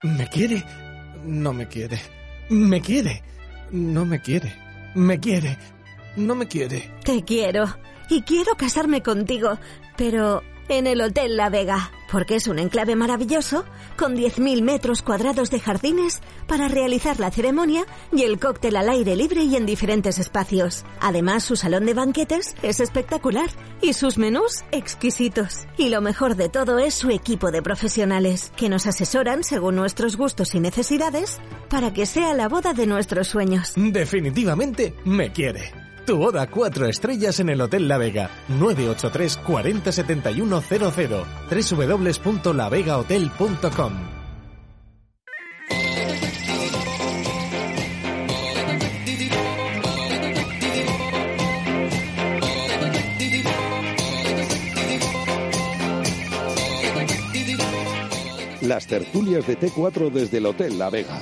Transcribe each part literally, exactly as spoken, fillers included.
¿Me quiere? No me quiere. ¿Me quiere? No me quiere. ¿Me quiere? No me quiere. Te quiero. Y quiero casarme contigo, pero en el Hotel La Vega, porque es un enclave maravilloso con diez mil metros cuadrados de jardines para realizar la ceremonia y el cóctel al aire libre y en diferentes espacios. Además, su salón de banquetes es espectacular y sus menús exquisitos. Y lo mejor de todo es su equipo de profesionales, que nos asesoran según nuestros gustos y necesidades para que sea la boda de nuestros sueños. Definitivamente me quiere. Tu boda cuatro estrellas en el Hotel La Vega. nueve ocho tres cuarenta setenta y uno cero cero. doble u doble u doble u punto la vega hotel punto com. Las tertulias de T cuatro desde el Hotel La Vega.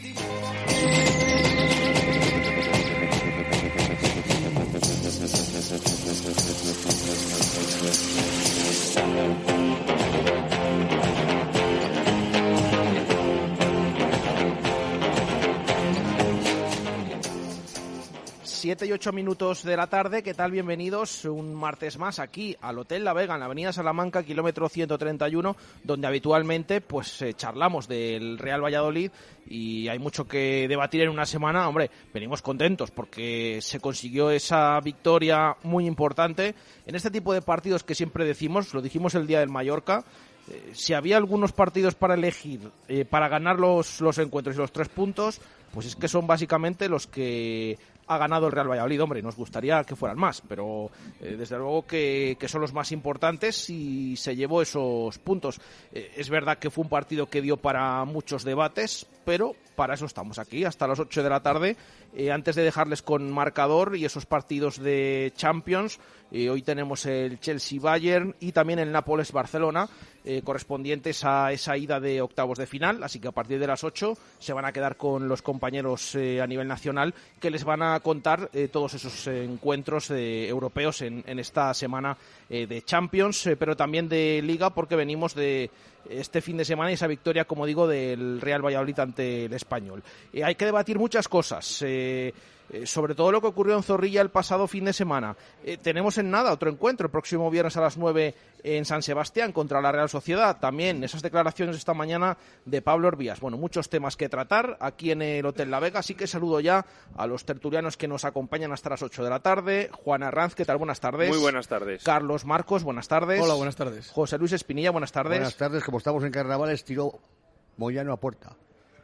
Siete y ocho minutos de la tarde, ¿qué tal? Bienvenidos un martes más aquí al Hotel La Vega, en la avenida Salamanca, kilómetro ciento treinta y uno, donde habitualmente pues eh, charlamos del Real Valladolid y hay mucho que debatir en una semana. Hombre, venimos contentos porque se consiguió esa victoria muy importante en este tipo de partidos que siempre decimos, lo dijimos el día del Mallorca. Eh, si había algunos partidos para elegir, eh, para ganar los, los encuentros y los tres puntos, pues es que son básicamente los que ha ganado el Real Valladolid. Hombre, nos gustaría que fueran más, pero eh, desde luego que, que son los más importantes y se llevó esos puntos. Eh, es verdad que fue un partido que dio para muchos debates, pero para eso estamos aquí, hasta las ocho de la tarde. Eh, antes de dejarles con marcador y esos partidos de Champions, eh, hoy tenemos el Chelsea-Bayern y también el Nápoles-Barcelona, eh, correspondientes a esa ida de octavos de final, así que a partir de las ocho se van a quedar con los compañeros eh, a nivel nacional, que les van a contar eh, todos esos eh, encuentros eh, europeos en, en esta semana eh, de Champions, eh, pero también de Liga, porque venimos de este fin de semana y esa victoria, como digo, del Real Valladolid ante el Español. Eh, hay que debatir muchas cosas, eh, eh, sobre todo lo que ocurrió en Zorrilla el pasado fin de semana. Eh, tenemos en nada otro encuentro, el próximo viernes a las nueve en San Sebastián contra la Real Sociedad. También esas declaraciones esta mañana de Pablo Orbías. Bueno, muchos temas que tratar aquí en el Hotel La Vega, así que saludo ya a los tertulianos que nos acompañan hasta las ocho de la tarde. Juan Arranz, ¿qué tal? Buenas tardes. Muy buenas tardes. Carlos Marcos, buenas tardes. Hola, buenas tardes. José Luis Espinilla, buenas tardes. Buenas tardes, como estamos en carnavales, tiró Moyano a puerta.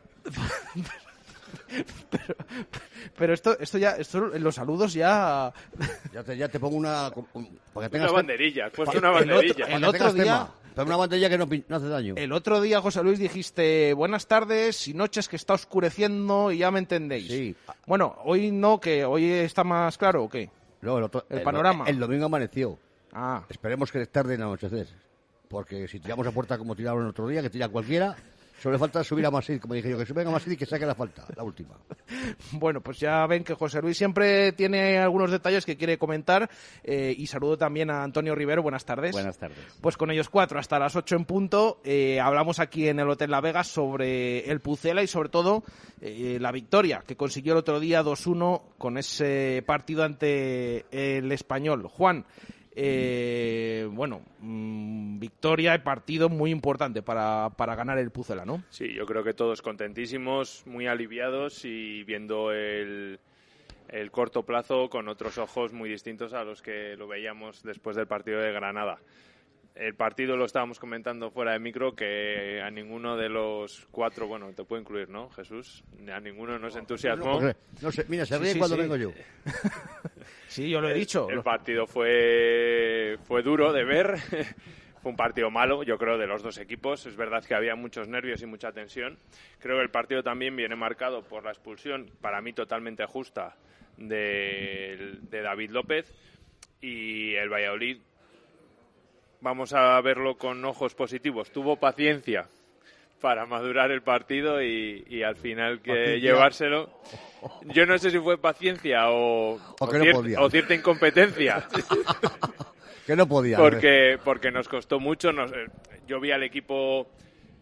pero, pero esto esto ya esto en los saludos ya ya te, ya te pongo una para que tengas una banderilla, has puesto una banderilla. El otro, el otro día pero una banderilla que no, no hace daño. El otro día, José Luis, dijiste buenas tardes y noches, que está oscureciendo y ya me entendéis. Sí. Bueno, hoy no, que hoy está más claro, ¿o qué? No, el, otro, el, el panorama. El, el domingo amaneció. Ah. Esperemos que es tarde en anochecer, porque si tiramos a puerta como tiraron el otro día, que tira cualquiera. Solo le falta subir a Madrid, como dije yo, que suba a Madrid y que saque la falta, la última. Bueno, pues ya ven que José Luis siempre tiene algunos detalles que quiere comentar, eh, y saludo también a Antonio Rivero, buenas tardes. Buenas tardes. Pues con ellos cuatro, hasta las ocho en punto, eh, hablamos aquí en el Hotel La Vega sobre el Pucela y sobre todo eh, la victoria que consiguió el otro día dos uno con ese partido ante el Español. Juan, Eh, bueno, mmm, victoria y partido muy importante para, para ganar el Pucela, ¿no? Sí, yo creo que todos contentísimos, muy aliviados y viendo el, el corto plazo con otros ojos muy distintos a los que lo veíamos después del partido de Granada. El partido lo estábamos comentando fuera de micro, que a ninguno de los cuatro, bueno, te puedo incluir, ¿no, Jesús? A ninguno nos entusiasmó. No, no sé, mira, se ríe sí, sí, cuando sí. vengo yo. Sí, yo lo he dicho. El, el partido fue, fue duro de ver. Fue un partido malo, yo creo, de los dos equipos. Es verdad que había muchos nervios y mucha tensión. Creo que el partido también viene marcado por la expulsión, para mí totalmente justa, de, de David López. Y el Valladolid, vamos a verlo con ojos positivos, tuvo paciencia para madurar el partido y, y al final que paciencia. Llevárselo. Yo no sé si fue paciencia o, o, o, que no cier- o cierta incompetencia. Que no podía. Porque, porque nos costó mucho. Nos, yo vi al equipo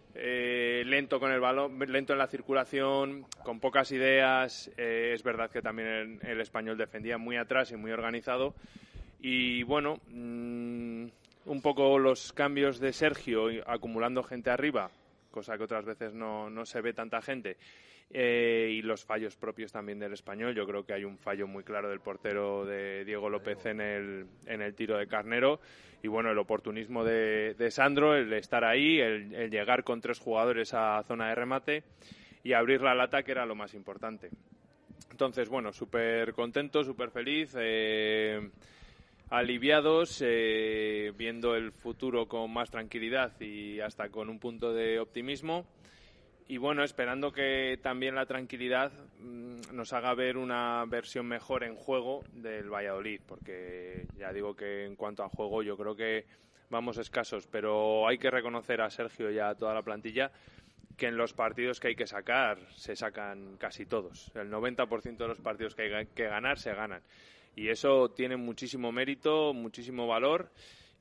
eh, lento con el balón, lento en la circulación, con pocas ideas. Eh, es verdad que también el, el Español defendía muy atrás y muy organizado. Y bueno, mmm, un poco los cambios de Sergio acumulando gente arriba, cosa que otras veces no, no se ve tanta gente. Eh, y los fallos propios también del Español. Yo creo que hay un fallo muy claro del portero de Diego López en el, en el tiro de Carnero, y bueno, el oportunismo de, de Sandro, el estar ahí, el, el llegar con tres jugadores a zona de remate y abrir la lata, que era lo más importante. Entonces, bueno, súper contento, súper feliz, eh, aliviados, eh, viendo el futuro con más tranquilidad y hasta con un punto de optimismo. Y bueno, esperando que también la tranquilidad mmm, nos haga ver una versión mejor en juego del Valladolid, porque ya digo que en cuanto a juego yo creo que vamos escasos, pero hay que reconocer a Sergio y a toda la plantilla que en los partidos que hay que sacar se sacan casi todos. El noventa por ciento de los partidos que hay que ganar se ganan. Y eso tiene muchísimo mérito, muchísimo valor.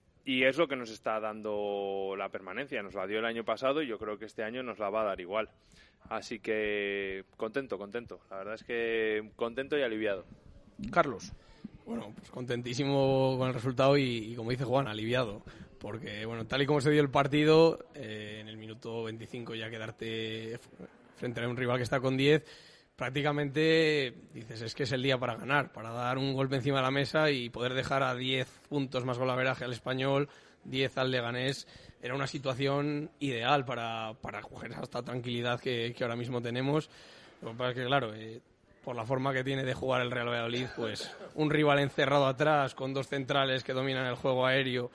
Y es lo que nos está dando la permanencia. Nos la dio el año pasado y yo creo que este año nos la va a dar igual. Así que contento, contento. La verdad es que contento y aliviado. Carlos. Bueno, pues contentísimo con el resultado y, y como dice Juan, aliviado. Porque, bueno, tal y como se dio el partido, eh, en el minuto veinticinco ya quedarte frente a un rival que está con diez, prácticamente dices, es que es el día para ganar, para dar un golpe encima de la mesa y poder dejar a diez puntos más golaveraje al Español, diez al Leganés. Era una situación ideal para, para coger esta tranquilidad que, que ahora mismo tenemos. Lo que pasa es que, claro, eh, por la forma que tiene de jugar el Real Valladolid, pues un rival encerrado atrás, con dos centrales que dominan el juego aéreo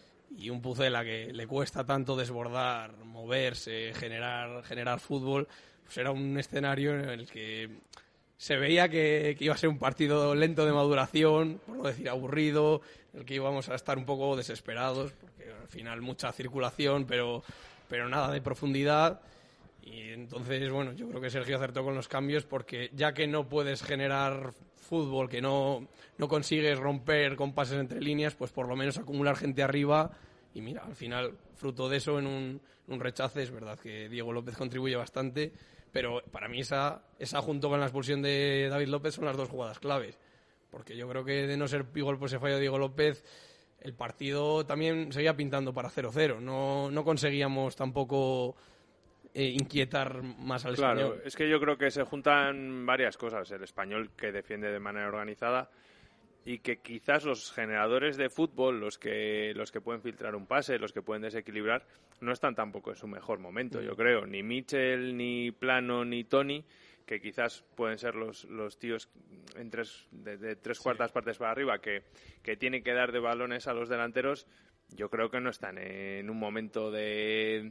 y un Pucela que le cuesta tanto desbordar, moverse, generar, generar fútbol, pues era un escenario en el que se veía que, que iba a ser un partido lento de maduración, por no decir aburrido, en el que íbamos a estar un poco desesperados, porque al final mucha circulación, pero, pero nada de profundidad. Y entonces, bueno, yo creo que Sergio acertó con los cambios, porque ya que no puedes generar fútbol, que no, no consigues romper con pases entre líneas, pues por lo menos acumular gente arriba. Y mira, al final, fruto de eso, en un, un rechace, es verdad que Diego López contribuye bastante, pero para mí esa, esa junto con la expulsión de David López son las dos jugadas claves, porque yo creo que de no ser igual por ese fallo de Diego López, el partido también seguía pintando para cero cero, no, no conseguíamos tampoco eh, inquietar más al claro, Español. Es que yo creo que se juntan varias cosas, el Español que defiende de manera organizada y que quizás los generadores de fútbol, los que los que pueden filtrar un pase, los que pueden desequilibrar, no están tampoco en su mejor momento, yo creo. Ni Mitchell, ni Plano, ni Toni, que quizás pueden ser los, los tíos en tres, de, de tres cuartas sí. partes para arriba, que, que tienen que dar de balones a los delanteros, yo creo que no están en un momento de...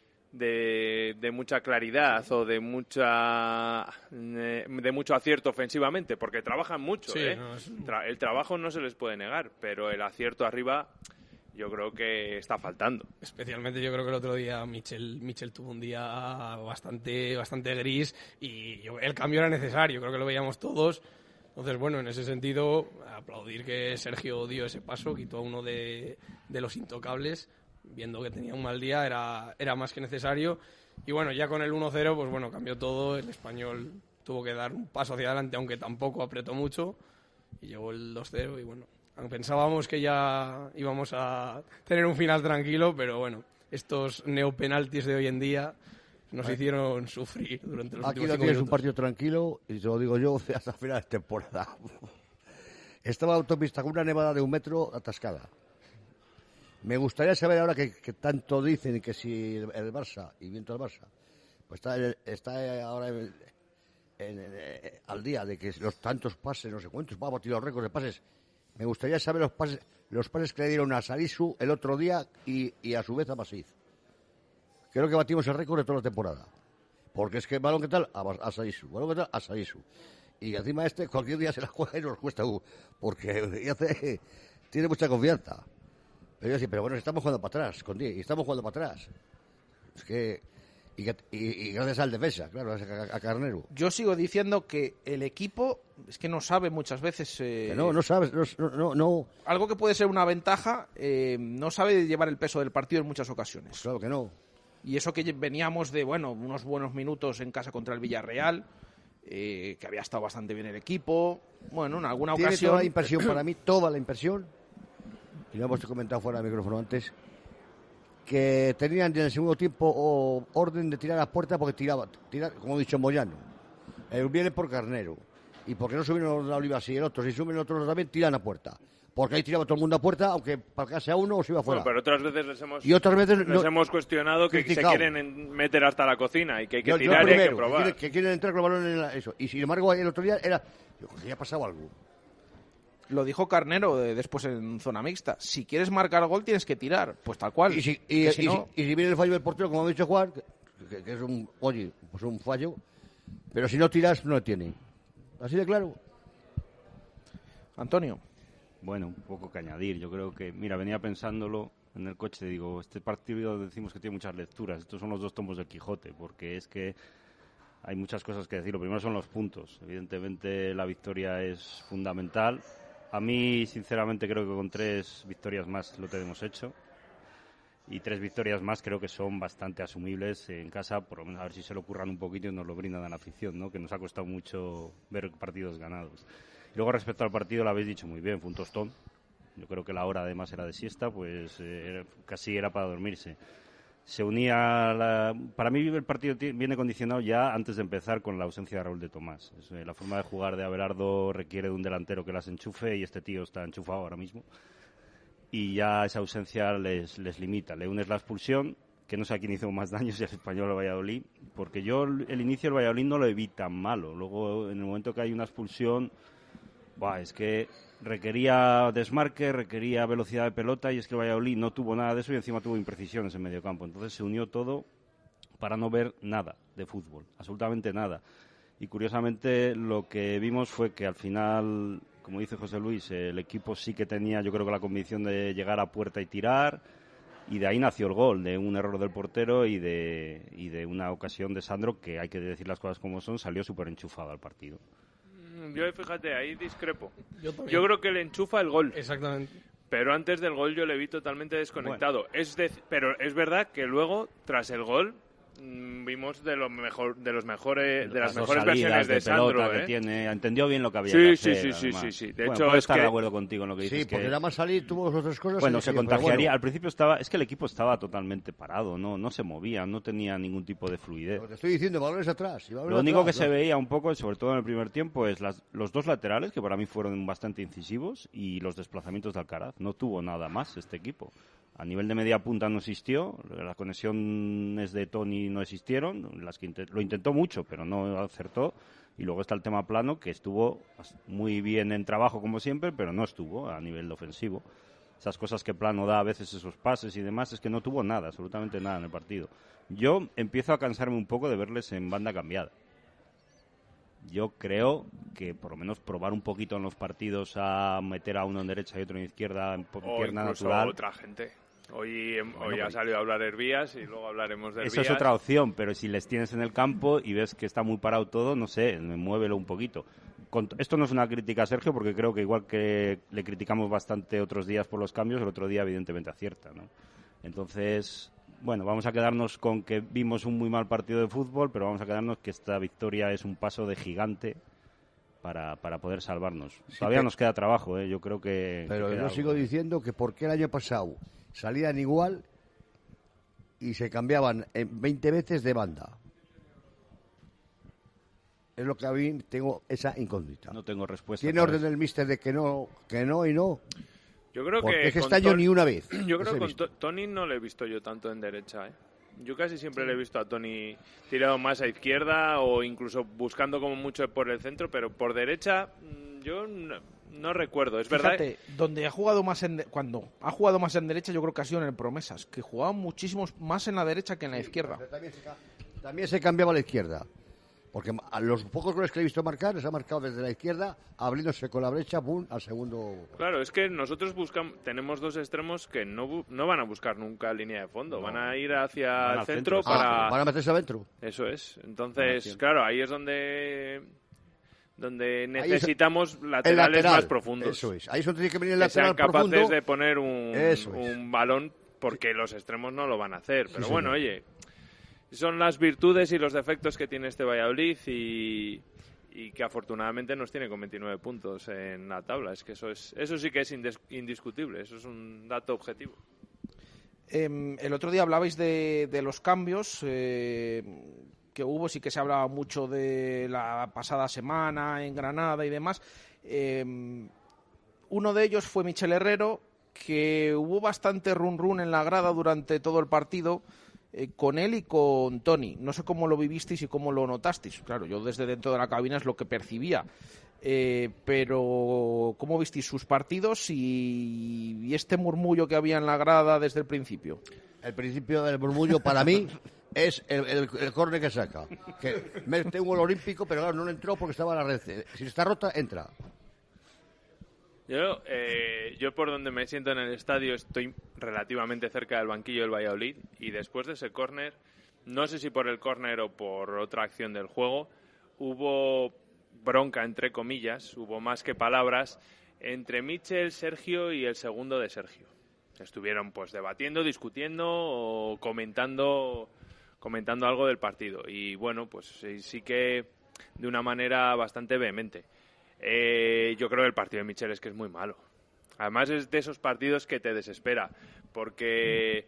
De, de mucha claridad o de mucha de mucho acierto ofensivamente, porque trabajan mucho, sí, ¿eh? No, es... Tra- el trabajo no se les puede negar, pero el acierto arriba yo creo que está faltando. Especialmente yo creo que el otro día Michel, Michel tuvo un día bastante bastante gris y yo, el cambio era necesario, creo que lo veíamos todos. Entonces, bueno, en ese sentido, aplaudir que Sergio dio ese paso, quitó a uno de, de los intocables, viendo que tenía un mal día, era, era más que necesario. Y bueno, ya con el uno cero, pues bueno, cambió todo. El Español tuvo que dar un paso hacia adelante, aunque tampoco apretó mucho. Y llegó el dos cero y bueno, pensábamos que ya íbamos a tener un final tranquilo, pero bueno, estos neopenaltis de hoy en día nos Ay. hicieron sufrir durante los Aquí últimos no cinco tienes minutos. Un partido tranquilo, y te lo digo yo, hasta final de temporada. Estaba la autopista con una nevada de un metro atascada. Me gustaría saber ahora que, que tanto dicen que si el, el Barça, y viento el Barça, pues está, está ahora en, en, en, al día de que los tantos pases, no sé cuántos, va a batir los récords de pases. Me gustaría saber los pases, los pases que le dieron a Sarisu el otro día y, y a su vez a Masif. Creo que batimos el récord de toda la temporada. Porque es que balón que tal, a, a Sarisu, balón que tal, a Sarisu. Y encima este cualquier día se la juega y nos cuesta uno, porque hace, tiene mucha confianza. Pero yo sí, pero bueno, estamos jugando para atrás, con diez, y estamos jugando para atrás. Es que y, y, y gracias al defensa, claro, a, a Carnero. Yo sigo diciendo que el equipo es que no sabe muchas veces... Eh, que no, no sabes, no, no, no. Algo que puede ser una ventaja, eh, no sabe llevar el peso del partido en muchas ocasiones. Pues claro que no. Y eso que veníamos de, bueno, unos buenos minutos en casa contra el Villarreal, eh, que había estado bastante bien el equipo. Bueno, en alguna Tiene ocasión... toda la impresión, para mí, toda la impresión, y lo hemos comentado fuera del micrófono antes, que tenían en el segundo tiempo o, orden de tirar a puerta porque tiraba, tira, como he dicho, Moyano. Eh, viene por Carnero. Y porque no subieron la Oliva así, el otro, si suben otros también, tiran a puerta. Porque ahí tiraba todo el mundo a puerta, aunque marcase a uno o se iba fuera. Bueno, pero otras veces les hemos, y otras veces les no, hemos cuestionado que criticado. se quieren meter hasta la cocina y que hay que yo, tirar yo y hay primero, que probar. Que quieren, que quieren entrar con el balón en la, eso. Y sin embargo, el otro día era... Yo creo que ya ha pasado algo. Lo dijo Carnero eh, después en zona mixta. Si quieres marcar gol, tienes que tirar. Pues tal cual. Y si, y, si y, no... si, y si viene el fallo del portero, como ha dicho Juan, que, que, que es un... Oye, pues un fallo. Pero si no tiras, no lo tiene. Así de claro. Antonio. Bueno, un poco que añadir. Yo creo que, mira, venía pensándolo en el coche, digo, este partido decimos que tiene muchas lecturas. Estos son los dos tomos del Quijote, porque es que hay muchas cosas que decir. Lo primero son los puntos. Evidentemente la victoria es fundamental. A mí, sinceramente, creo que con tres victorias más lo tenemos hecho. Y tres victorias más creo que son bastante asumibles en casa, por lo menos a ver si se lo curran un poquito y nos lo brindan a la afición, ¿no? Que nos ha costado mucho ver partidos ganados. Y luego respecto al partido, lo habéis dicho muy bien, fue un tostón. Yo creo que la hora además era de siesta, pues eh, casi era para dormirse. Se unía, la... para mí el partido viene condicionado ya antes de empezar con la ausencia de Raúl de Tomás. Es, eh, la forma de jugar de Abelardo requiere de un delantero que las enchufe y este tío está enchufado ahora mismo. Y ya esa ausencia les, les limita. Le unes la expulsión, que no sé a quién hizo más daño, si al Español o al Valladolid, porque yo el inicio del Valladolid no lo vi tan malo. Luego, en el momento que hay una expulsión, buah, es que requería desmarque, requería velocidad de pelota, y es que el Valladolid no tuvo nada de eso y encima tuvo imprecisiones en medio campo. Entonces se unió todo para no ver nada de fútbol, absolutamente nada. Y curiosamente lo que vimos fue que al final, como dice José Luis, el equipo sí que tenía, yo creo que la convicción de llegar a puerta y tirar, y de ahí nació el gol, de un error del portero y de, y de una ocasión de Sandro, que hay que decir las cosas como son, salió súper enchufado al partido. Yo, fíjate, ahí discrepo. Yo, yo creo que le enchufa el gol. Exactamente. Pero antes del gol yo le vi totalmente desconectado. Bueno. Es de, pero es verdad que luego, tras el gol, vimos de lo mejor, de los mejores, de las, las mejores versiones de, de Sandro, ¿eh? Que tiene, entendió bien lo que había sí, que hacer. Sí, sí, sí, sí, sí. De bueno, hecho, puedo es estar que... de acuerdo contigo en lo que dices. Sí, porque que... nada más salir tuvo las otras cosas. Bueno, se sí, contagiaría. Bueno. Al principio estaba, es que el equipo estaba totalmente parado, no, no se movía, no tenía ningún tipo de fluidez. Lo que te estoy diciendo, valores atrás. Y valores lo único atrás, que ¿no? se veía un poco, sobre todo en el primer tiempo, es las, los dos laterales, que para mí fueron bastante incisivos, y los desplazamientos de Alcaraz. No tuvo nada más este equipo. A nivel de media punta no existió, las conexiones de Toni no existieron, las que int- lo intentó mucho, pero no acertó. Y luego está el tema plano, que estuvo muy bien en trabajo como siempre, pero no estuvo a nivel ofensivo. Esas cosas que Plano da a veces, esos pases y demás, es que no tuvo nada, absolutamente nada en el partido. Yo empiezo a cansarme un poco de verles en banda cambiada. Yo creo que por lo menos probar un poquito en los partidos a meter a uno en derecha y otro en izquierda, en o pierna incluso natural. Otra gente. Hoy, bueno, hoy ha pues, salido a hablar Hervías y luego hablaremos de Hervías. Eso es otra opción, pero si les tienes en el campo y ves que está muy parado todo, no sé, muévelo un poquito. Con, esto no es una crítica a Sergio, porque creo que igual que le criticamos bastante otros días por los cambios, el otro día evidentemente acierta, ¿no? Entonces, bueno, vamos a quedarnos con que vimos un muy mal partido de fútbol, pero vamos a quedarnos que esta victoria es un paso de gigante para, para poder salvarnos. Sí, Todavía pero, nos queda trabajo, ¿eh? Yo creo que... Pero que yo sigo algo. diciendo que por qué el año pasado salían igual y se cambiaban veinte veces de banda. Es lo que a mí tengo esa incógnita. No tengo respuesta. ¿Tiene orden el míster de que no, que no y no? Yo creo Porque que es que este año Tony, ni una vez. Yo creo que con to, Tony no le he visto yo tanto en derecha, ¿eh? Yo casi siempre sí. le he visto a Tony tirado más a izquierda o incluso buscando como mucho por el centro, pero por derecha yo no, no recuerdo. Es Fíjate, verdad. donde ha jugado más en de, cuando ha jugado más en derecha, yo creo que ha sido en el Promesas, que jugaba muchísimo más en la derecha que en la sí, izquierda. También se, también se cambiaba a la izquierda. Porque a los pocos goles que he visto marcar, les ha marcado desde la izquierda, abriéndose con la brecha, boom, al segundo. Claro, es que nosotros buscamos, tenemos dos extremos que no, no van a buscar nunca línea de fondo, no. van a ir hacia van el centro, centro para... Ah, van a meterse adentro. Eso es. Entonces, claro, ahí es donde donde necesitamos es, laterales lateral, más profundos. Eso es. Ahí es donde tiene que venir el que lateral sean capaces profundo. de poner un, un balón, porque los extremos no lo van a hacer. Pero sí, bueno, sí. oye... son las virtudes y los defectos que tiene este Valladolid y, y que afortunadamente nos tiene con veintinueve puntos en la tabla. Es que eso es eso sí que es indes, indiscutible, eso es un dato objetivo. Eh, el otro día hablabais de, de los cambios eh, que hubo, sí que se hablaba mucho de la pasada semana en Granada y demás. Eh, uno de ellos fue Michel Herrero, que hubo bastante run run en la grada durante todo el partido eh, con él y con Toni. No sé cómo lo vivisteis y cómo lo notasteis. Claro, yo desde dentro de la cabina es lo que percibía. Eh, pero ¿cómo visteis sus partidos y, y este murmullo que había en la grada desde el principio? El principio del murmullo para mí es el, el, el córner que saca. Que mete un gol olímpico, pero claro, no le entró porque estaba en la red. Si está rota, entra. Yo, eh, yo por donde me siento en el estadio estoy relativamente cerca del banquillo del Valladolid y después de ese córner, no sé si por el córner o por otra acción del juego, hubo bronca entre comillas, hubo más que palabras entre Michel, Sergio y el segundo de Sergio. Estuvieron pues debatiendo, discutiendo o comentando, comentando algo del partido y bueno, pues sí, sí que de una manera bastante vehemente. Eh, yo creo que el partido de Michel es que es muy malo. Además es de esos partidos que te desespera porque,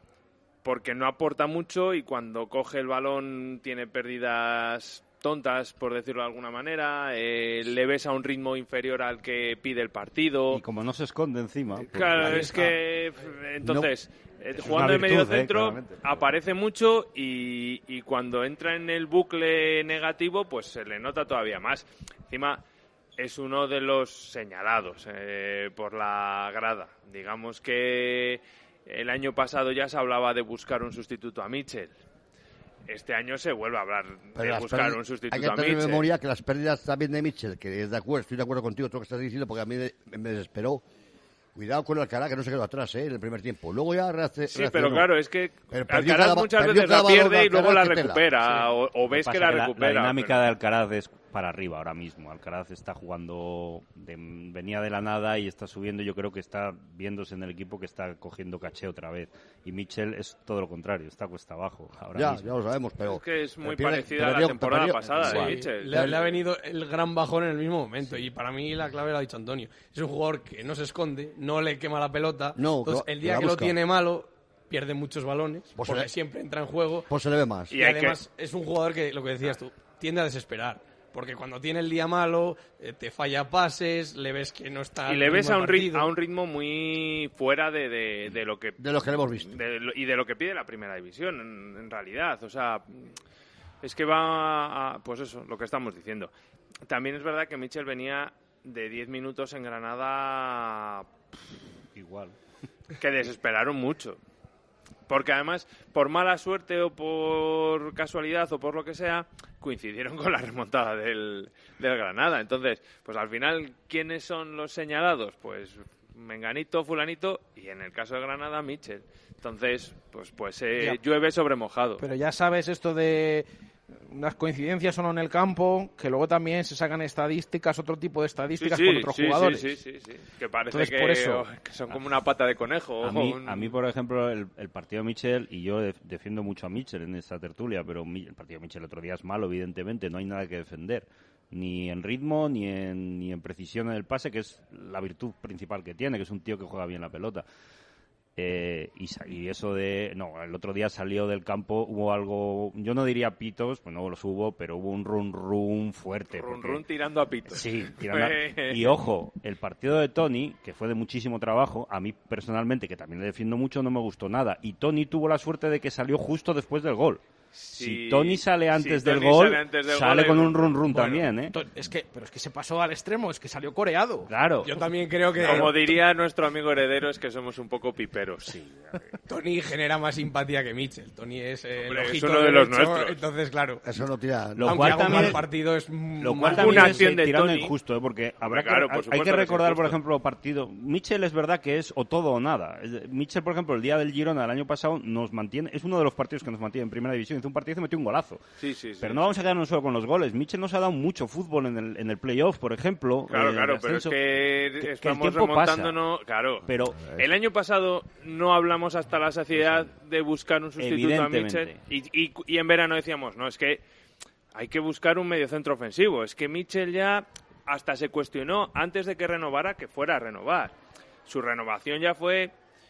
porque no aporta mucho y cuando coge el balón tiene pérdidas tontas, por decirlo de alguna manera, eh, le ves a un ritmo inferior al que pide el partido. Y como no se esconde encima. Pues claro, es que entonces no, eh, jugando de medio centro eh, aparece mucho y, y cuando entra en el bucle negativo pues se le nota todavía más. Encima es uno de los señalados eh, por la grada. Digamos que el año pasado ya se hablaba de buscar un sustituto a Michel. Este año se vuelve a hablar Pero de buscar pérdidas, un sustituto a Michel. Hay que tener Michel. en memoria que las pérdidas también de Michel, que es de acuerdo, estoy de acuerdo contigo, todo lo que estás diciendo, porque a mí me, me desesperó. Cuidado con Alcaraz, que no se quedó atrás, ¿eh? En el primer tiempo. Luego ya reaccionó. Sí, pero claro, es que Alcaraz Alcaraz muchas veces la pierde y luego la recupera, sí. o, o ves que, que la recupera. La, la dinámica pero... de Alcaraz es para arriba ahora mismo. Alcaraz está jugando, de, venía de la nada y está subiendo. Yo creo que está viéndose en el equipo que está cogiendo caché otra vez. Y Michel es todo lo contrario, está cuesta abajo ahora ya, mismo. Ya lo sabemos, pero... Es que es muy pierde, parecida a la temporada pierde, pasada sí, de Michel. Le, le ha venido el gran bajón en el mismo momento sí. Y para mí la clave la ha dicho Antonio. Es un jugador que no se esconde, no le quema la pelota. No, Entonces, el día que, que lo tiene malo, pierde muchos balones, pues porque le, siempre entra en juego. Pues se le ve más. Y, y además que... es un jugador que, lo que decías tú, tiende a desesperar. Porque cuando tiene el día malo, eh, te falla pases, le ves que no está... Y le ves a un, ritmo, a un ritmo muy fuera de, de, de lo que... De lo que le hemos visto. De lo, y de lo que pide la primera división, en, en realidad. O sea, es que va a... Pues eso, lo que estamos diciendo. También es verdad que Michel venía de diez minutos en Granada... Igual. Que desesperaron mucho. Porque además, por mala suerte o por casualidad o por lo que sea, coincidieron con la remontada del, del Granada. Entonces, pues al final, ¿quiénes son los señalados? Pues Menganito, Fulanito y en el caso de Granada, Michel. Entonces, pues, pues eh, llueve sobre mojado. Pero ya sabes esto de las coincidencias o no en el campo, que luego también se sacan estadísticas, otro tipo de estadísticas sí, sí, con otros sí, jugadores. Sí, sí, sí, sí. Que parece Entonces, que, por eso, que son como una pata de conejo. A mí, un... a mí por ejemplo, el, el partido de Michel, y yo def, defiendo mucho a Michel en esta tertulia, pero mi, el partido de Michel el otro día es malo, evidentemente, no hay nada que defender. Ni en ritmo, ni en, ni en precisión en el pase, que es la virtud principal que tiene, que es un tío que juega bien la pelota. Eh, y, y eso de... No, el otro día salió del campo, hubo algo... Yo no diría pitos, pues no los hubo, pero hubo un run run fuerte. Run porque, run tirando a pitos. Sí, tirando a, y ojo, el partido de Toni, que fue de muchísimo trabajo, a mí personalmente, que también le defiendo mucho, no me gustó nada. Y Toni tuvo la suerte de que salió justo después del gol. Si, si Toni sale antes si del Toni gol, sale, antes del sale gol con y... un run run bueno, también, ¿eh? Es que, pero es que se pasó al extremo, es que salió coreado. Claro. Yo también creo que... Como diría nuestro amigo Heredero, es que somos un poco piperos. Sí. Toni genera más simpatía que Michel. Toni es eh, Hombre, el ojito es uno de los derecho, nuestros. Entonces, claro. Eso no tira... Lo Aunque cual haga un también mal partido es... Lo cual Una también acción es de tirando Toni. injusto, ¿eh? Porque habrá Claro, que, por hay supuesto que que es recordar, por injusto. ejemplo, partido... Michel es verdad que es o todo o nada. Michel, por ejemplo, el día del Girona del año pasado nos mantiene... Es uno de los partidos que nos mantiene en primera división hizo un partido y metió un golazo. Sí, sí, sí. Pero no vamos a quedarnos solo con los goles. Mitchell nos ha dado mucho fútbol en el, en el playoff, por ejemplo. Claro, eh, claro, pero es que, que estamos el tiempo remontándonos... pasa. Claro, pero el año pasado no hablamos hasta la saciedad de buscar un sustituto a Mitchell y, y, y en verano decíamos, no, es que hay que buscar un mediocentro ofensivo. Es que Mitchell ya hasta se cuestionó antes de que renovara que fuera a renovar. Su renovación ya fue...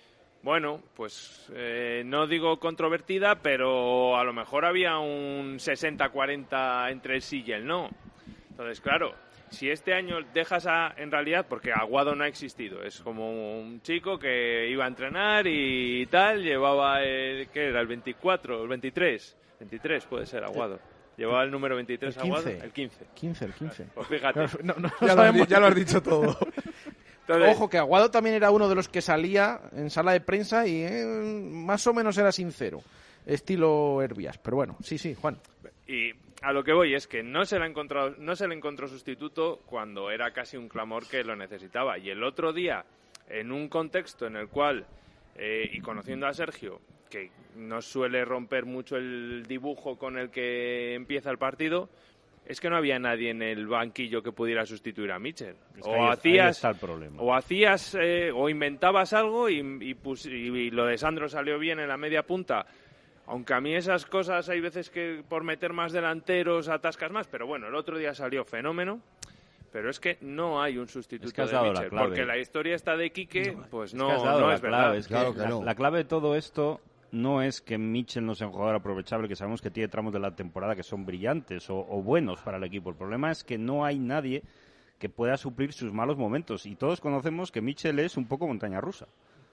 Bueno, pues eh, no digo controvertida, pero a lo mejor había un sesenta cuarenta entre el sí y el no. Entonces, claro, si este año dejas a... En realidad, porque Aguado no ha existido. Es como un chico que iba a entrenar y tal, llevaba, el, ¿qué era? El veinticuatro, el veintitrés. veintitrés puede ser Aguado. Llevaba el número veintitrés el quince. Aguado. El quince. quince, el quince. Pues fíjate. No, no, no ya, sabemos, lo has, ya lo has dicho todo. Entonces, ojo, que Aguado también era uno de los que salía en sala de prensa y eh, más o menos era sincero, estilo Hervías. Pero bueno, sí, sí, Juan. Y a lo que voy es que no se le ha encontrado, no se le encontró sustituto cuando era casi un clamor que lo necesitaba. Y el otro día, en un contexto en el cual, eh, y conociendo a Sergio, que no suele romper mucho el dibujo con el que empieza el partido, es que no había nadie en el banquillo que pudiera sustituir a Mitchell. Es que o, ahí, hacías, ahí está el problema. o hacías eh, o inventabas algo y, y, pus, y, y lo de Sandro salió bien en la media punta, aunque a mí esas cosas hay veces que por meter más delanteros atascas más, pero bueno, el otro día salió fenómeno. Pero es que no hay un sustituto es que has de dado Mitchell, la clave. porque la historia está de Quique, pues no, es, que has dado no la es clave. verdad. Es que claro que la, no. la clave de todo esto no es que Mitchell no sea un jugador aprovechable, que sabemos que tiene tramos de la temporada que son brillantes o, o buenos para el equipo. El problema es que no hay nadie que pueda suplir sus malos momentos. Y todos conocemos que Mitchell es un poco montaña rusa.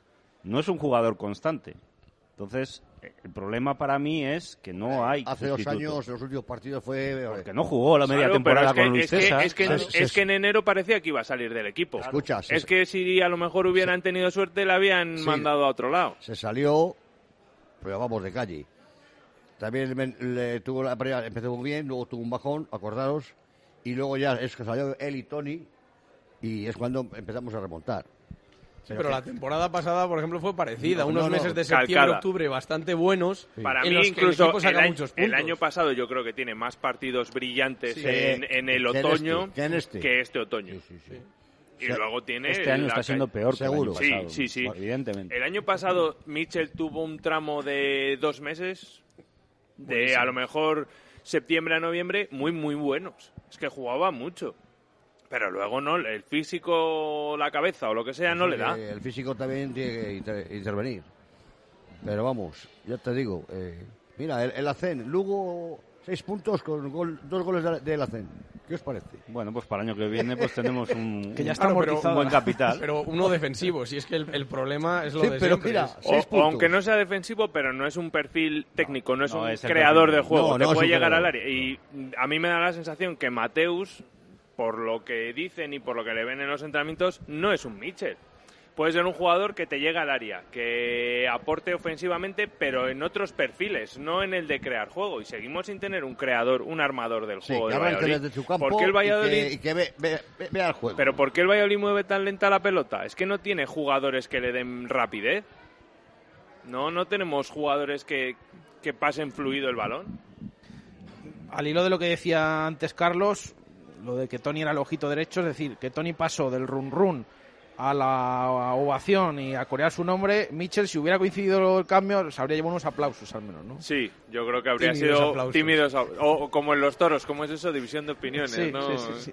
No es un jugador constante. Entonces, el problema para mí es que no hay Hace sustituto. dos años, en los últimos partidos fue... Porque no jugó la media Claro, temporada pero es que, con Luis es que, César. es, que, Se- es se- que en enero parecía que iba a salir del equipo. Escucha, se- es que si a lo mejor hubieran tenido suerte, le habían Sí. mandado a otro lado. Se salió, pero vamos, de calle. También le, le tuvo la primera, empezó muy bien, luego tuvo un bajón, acordaros, y luego ya es que salió él y Tony, y es cuando empezamos a remontar. Sí, pero la temporada pasada, por ejemplo, fue parecida. No, Unos no, no. meses de Calcada. septiembre, octubre bastante buenos. Para en mí, los que incluso el, equipo saca el, año, muchos el puntos. año pasado yo creo que tiene más partidos brillantes Sí. en, en el Que en otoño este, que en este. que este otoño. Sí, sí, sí. Y Sí. luego tiene... Este año la está siendo ca- peor que Seguro. el año pasado. Sí, sí, sí. Evidentemente. El año pasado Mitchell tuvo un tramo de dos meses, de Buenísimo. a lo mejor septiembre a noviembre, muy, muy buenos. Es que jugaba mucho. Pero luego no, el físico, la cabeza o lo que sea no le da. Eh, El físico también tiene que inter- intervenir. Pero vamos, ya te digo, eh, mira, el, el Acen, Lugo, seis puntos con gol, dos goles de- del Acen. ¿Qué os parece? Bueno, pues para el año que viene pues tenemos un, Que ya un- está Claro, pero- un buen capital. Pero uno defensivo, si es que el, el problema es lo Sí, de pero siempre. mira, es- O, seis o puntos. aunque no sea defensivo, pero no es un perfil técnico, no, es no un es el creador perfil. de juego, No, que no es puede un llegar al creador. área. Y a mí me da la sensación que Mateus, por lo que dicen y por lo que le ven en los entrenamientos, no es un Mitchell. Puede ser un jugador que te llega al área, que aporte ofensivamente, pero en otros perfiles, no en el de crear juego. Y seguimos sin tener un creador, un armador del Sí, juego que del arranque Valladolid. desde su campo ¿Por qué el Valladolid y que, y que ve, ve- ve- vea el juego. Pero ¿por qué el Valladolid mueve tan lenta la pelota? Es que no tiene jugadores que le den rapidez. No, no tenemos jugadores que, que pasen fluido el balón. Al hilo de lo que decía antes Carlos, lo de que Tony era el ojito derecho, es decir, que Tony pasó del run run a la ovación y a corear su nombre, Mitchell, si hubiera coincidido el cambio, se habría llevado unos aplausos al menos, ¿no? Sí, yo creo que habría Tímidos sido aplausos. tímidos. O, o como en los toros, ¿cómo es eso? División de opiniones, Sí, ¿no? sí, sí, sí.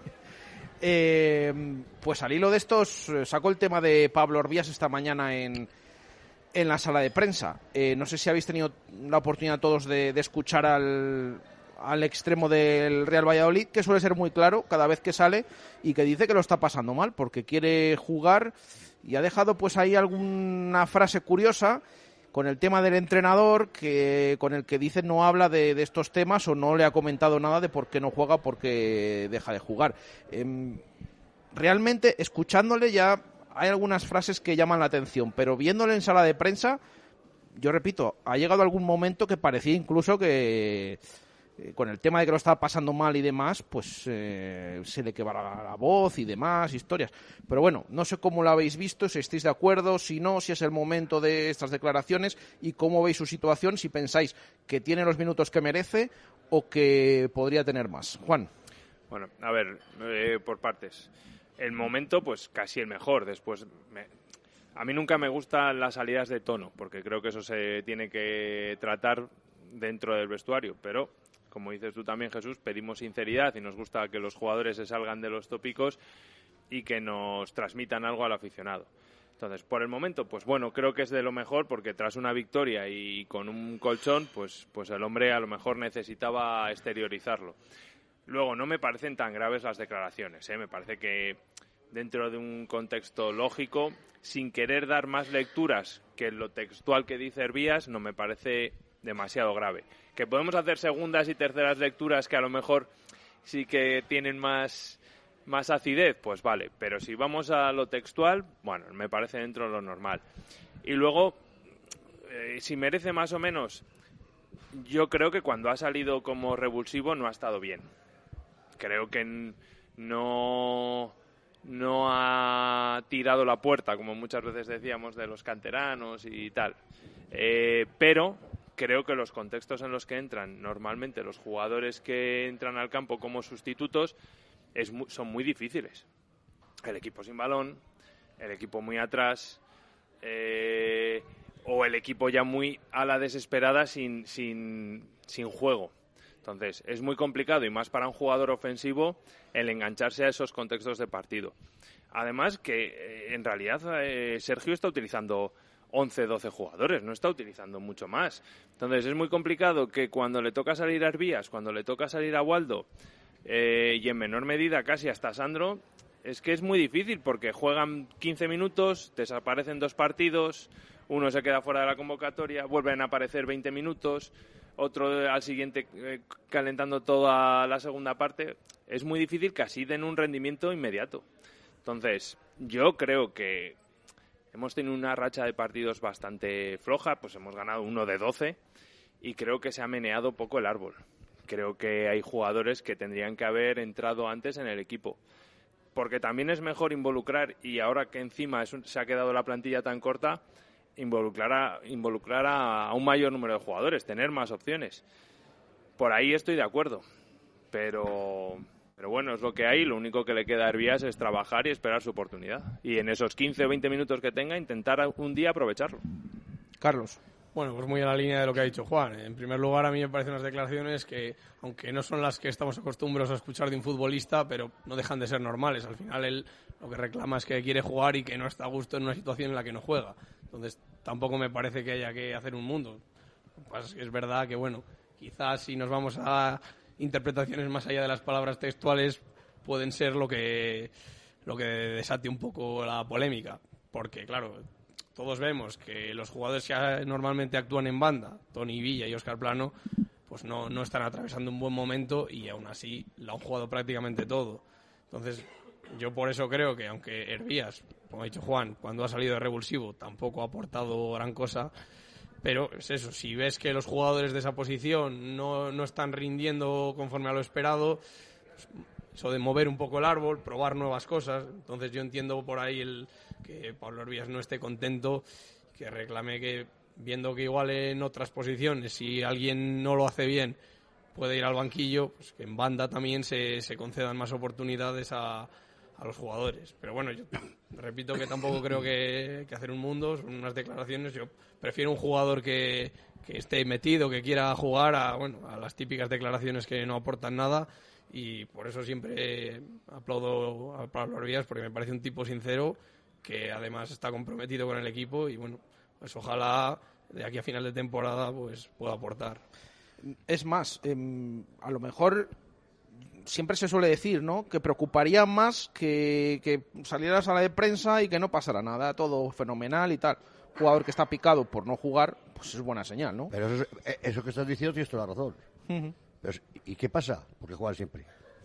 Eh, pues al hilo de estos, eh, sacó el tema de Pablo Orbías esta mañana en, en la sala de prensa. Eh, no sé si habéis tenido la oportunidad todos de, de escuchar al, al extremo del Real Valladolid, que suele ser muy claro cada vez que sale y que dice que lo está pasando mal porque quiere jugar y ha dejado pues ahí alguna frase curiosa con el tema del entrenador, que con el que dice no habla de, de estos temas o no le ha comentado nada de por qué no juega, por qué deja de jugar. Eh, realmente, escuchándole ya hay algunas frases que llaman la atención, pero viéndole en sala de prensa, yo repito, ha llegado algún momento que parecía incluso que, eh, con el tema de que lo estaba pasando mal y demás, pues eh, se le quebraba la voz y demás, historias. Pero bueno, no sé cómo lo habéis visto, si estáis de acuerdo, si no, si es el momento de estas declaraciones y cómo veis su situación, si pensáis que tiene los minutos que merece o que podría tener más. Juan. Bueno, a ver, eh, por partes. El momento, pues casi el mejor. Después, me... a mí nunca me gustan las salidas de tono, porque creo que eso se tiene que tratar dentro del vestuario. Pero, como dices tú también, Jesús, pedimos sinceridad y nos gusta que los jugadores se salgan de los tópicos y que nos transmitan algo al aficionado. Entonces, por el momento, pues bueno, creo que es de lo mejor, porque tras una victoria y con un colchón, pues, pues el hombre a lo mejor necesitaba exteriorizarlo. Luego, no me parecen tan graves las declaraciones, ¿eh? Me parece que dentro de un contexto lógico, sin querer dar más lecturas que lo textual que dice Hervías, no me parece demasiado grave. Que podemos hacer segundas y terceras lecturas que a lo mejor sí que tienen más, más acidez, pues vale. Pero si vamos a lo textual, bueno, me parece dentro de lo normal. Y luego, eh, si merece más o menos, yo creo que cuando ha salido como revulsivo no ha estado bien. Creo que no, no ha tirado la puerta, como muchas veces decíamos, de los canteranos y tal. Eh, pero creo que los contextos en los que entran normalmente los jugadores que entran al campo como sustitutos es muy, son muy difíciles. El equipo sin balón, el equipo muy atrás, eh, o el equipo ya muy a la desesperada sin, sin, sin juego. Entonces, es muy complicado, y más para un jugador ofensivo, el engancharse a esos contextos de partido. Además que, eh, en realidad, eh, Sergio está utilizando once, doce jugadores, no está utilizando mucho más. Entonces, es muy complicado que cuando le toca salir a Hervías, cuando le toca salir a Waldo, eh, y en menor medida casi hasta Sandro, es que es muy difícil, porque juegan quince minutos, desaparecen dos partidos, uno se queda fuera de la convocatoria, vuelven a aparecer veinte minutos... otro al siguiente eh, calentando toda la segunda parte. Es muy difícil que así den un rendimiento inmediato. Entonces, yo creo que hemos tenido una racha de partidos bastante floja, pues hemos ganado uno de doce y creo que se ha meneado poco el árbol. Creo que hay jugadores que tendrían que haber entrado antes en el equipo. Porque también es mejor involucrar, y ahora que encima es un, se ha quedado la plantilla tan corta, involucrar a, involucrar a, a un mayor número de jugadores, tener más opciones. Por ahí estoy de acuerdo, pero, pero bueno, es lo que hay. Lo único que le queda a Hervías es trabajar y esperar su oportunidad. Y en esos quince o veinte minutos que tenga, intentar un día aprovecharlo. Carlos. Bueno, pues muy a la línea de lo que ha dicho Juan. En primer lugar, a mí me parecen unas declaraciones que, aunque no son las que estamos acostumbrados a escuchar de un futbolista, pero no dejan de ser normales. Al final, él lo que reclama es que quiere jugar y que no está a gusto en una situación en la que no juega. Entonces, tampoco me parece que haya que hacer un mundo. Pues es verdad que, bueno, quizás si nos vamos a interpretaciones más allá de las palabras textuales, pueden ser lo que, lo que desate un poco la polémica. Porque, claro, todos vemos que los jugadores que normalmente actúan en banda, Toni Villa y Óscar Plano, pues no, no están atravesando un buen momento y aún así lo han jugado prácticamente todo. Entonces, yo por eso creo que aunque Hervías, como ha dicho Juan, cuando ha salido de revulsivo tampoco ha aportado gran cosa, pero es eso, si ves que los jugadores de esa posición no, no están rindiendo conforme a lo esperado, pues, eso de mover un poco el árbol, probar nuevas cosas. Entonces yo entiendo por ahí el que Pablo Hervías no esté contento, que reclame que, viendo que igual en otras posiciones, si alguien no lo hace bien, puede ir al banquillo, pues que en banda también se, se concedan más oportunidades a, a los jugadores. Pero bueno, yo repito que tampoco creo que, que hacer un mundo, son unas declaraciones. Yo prefiero un jugador que, que esté metido, que quiera jugar, a, bueno, a las típicas declaraciones que no aportan nada. Y por eso siempre aplaudo a Pablo Hervías, porque me parece un tipo sincero que además está comprometido con el equipo y bueno, pues ojalá de aquí a final de temporada pues pueda aportar. Es más, eh, a lo mejor siempre se suele decir, ¿no?, que preocuparía más que, que saliera a la sala de prensa y que no pasara nada, todo fenomenal y tal. Jugador que está picado por no jugar, pues es buena señal, ¿no? Pero eso, eso que estás diciendo tienes toda la razón. Uh-huh. Pero, ¿y qué pasa? Porque juegan siempre.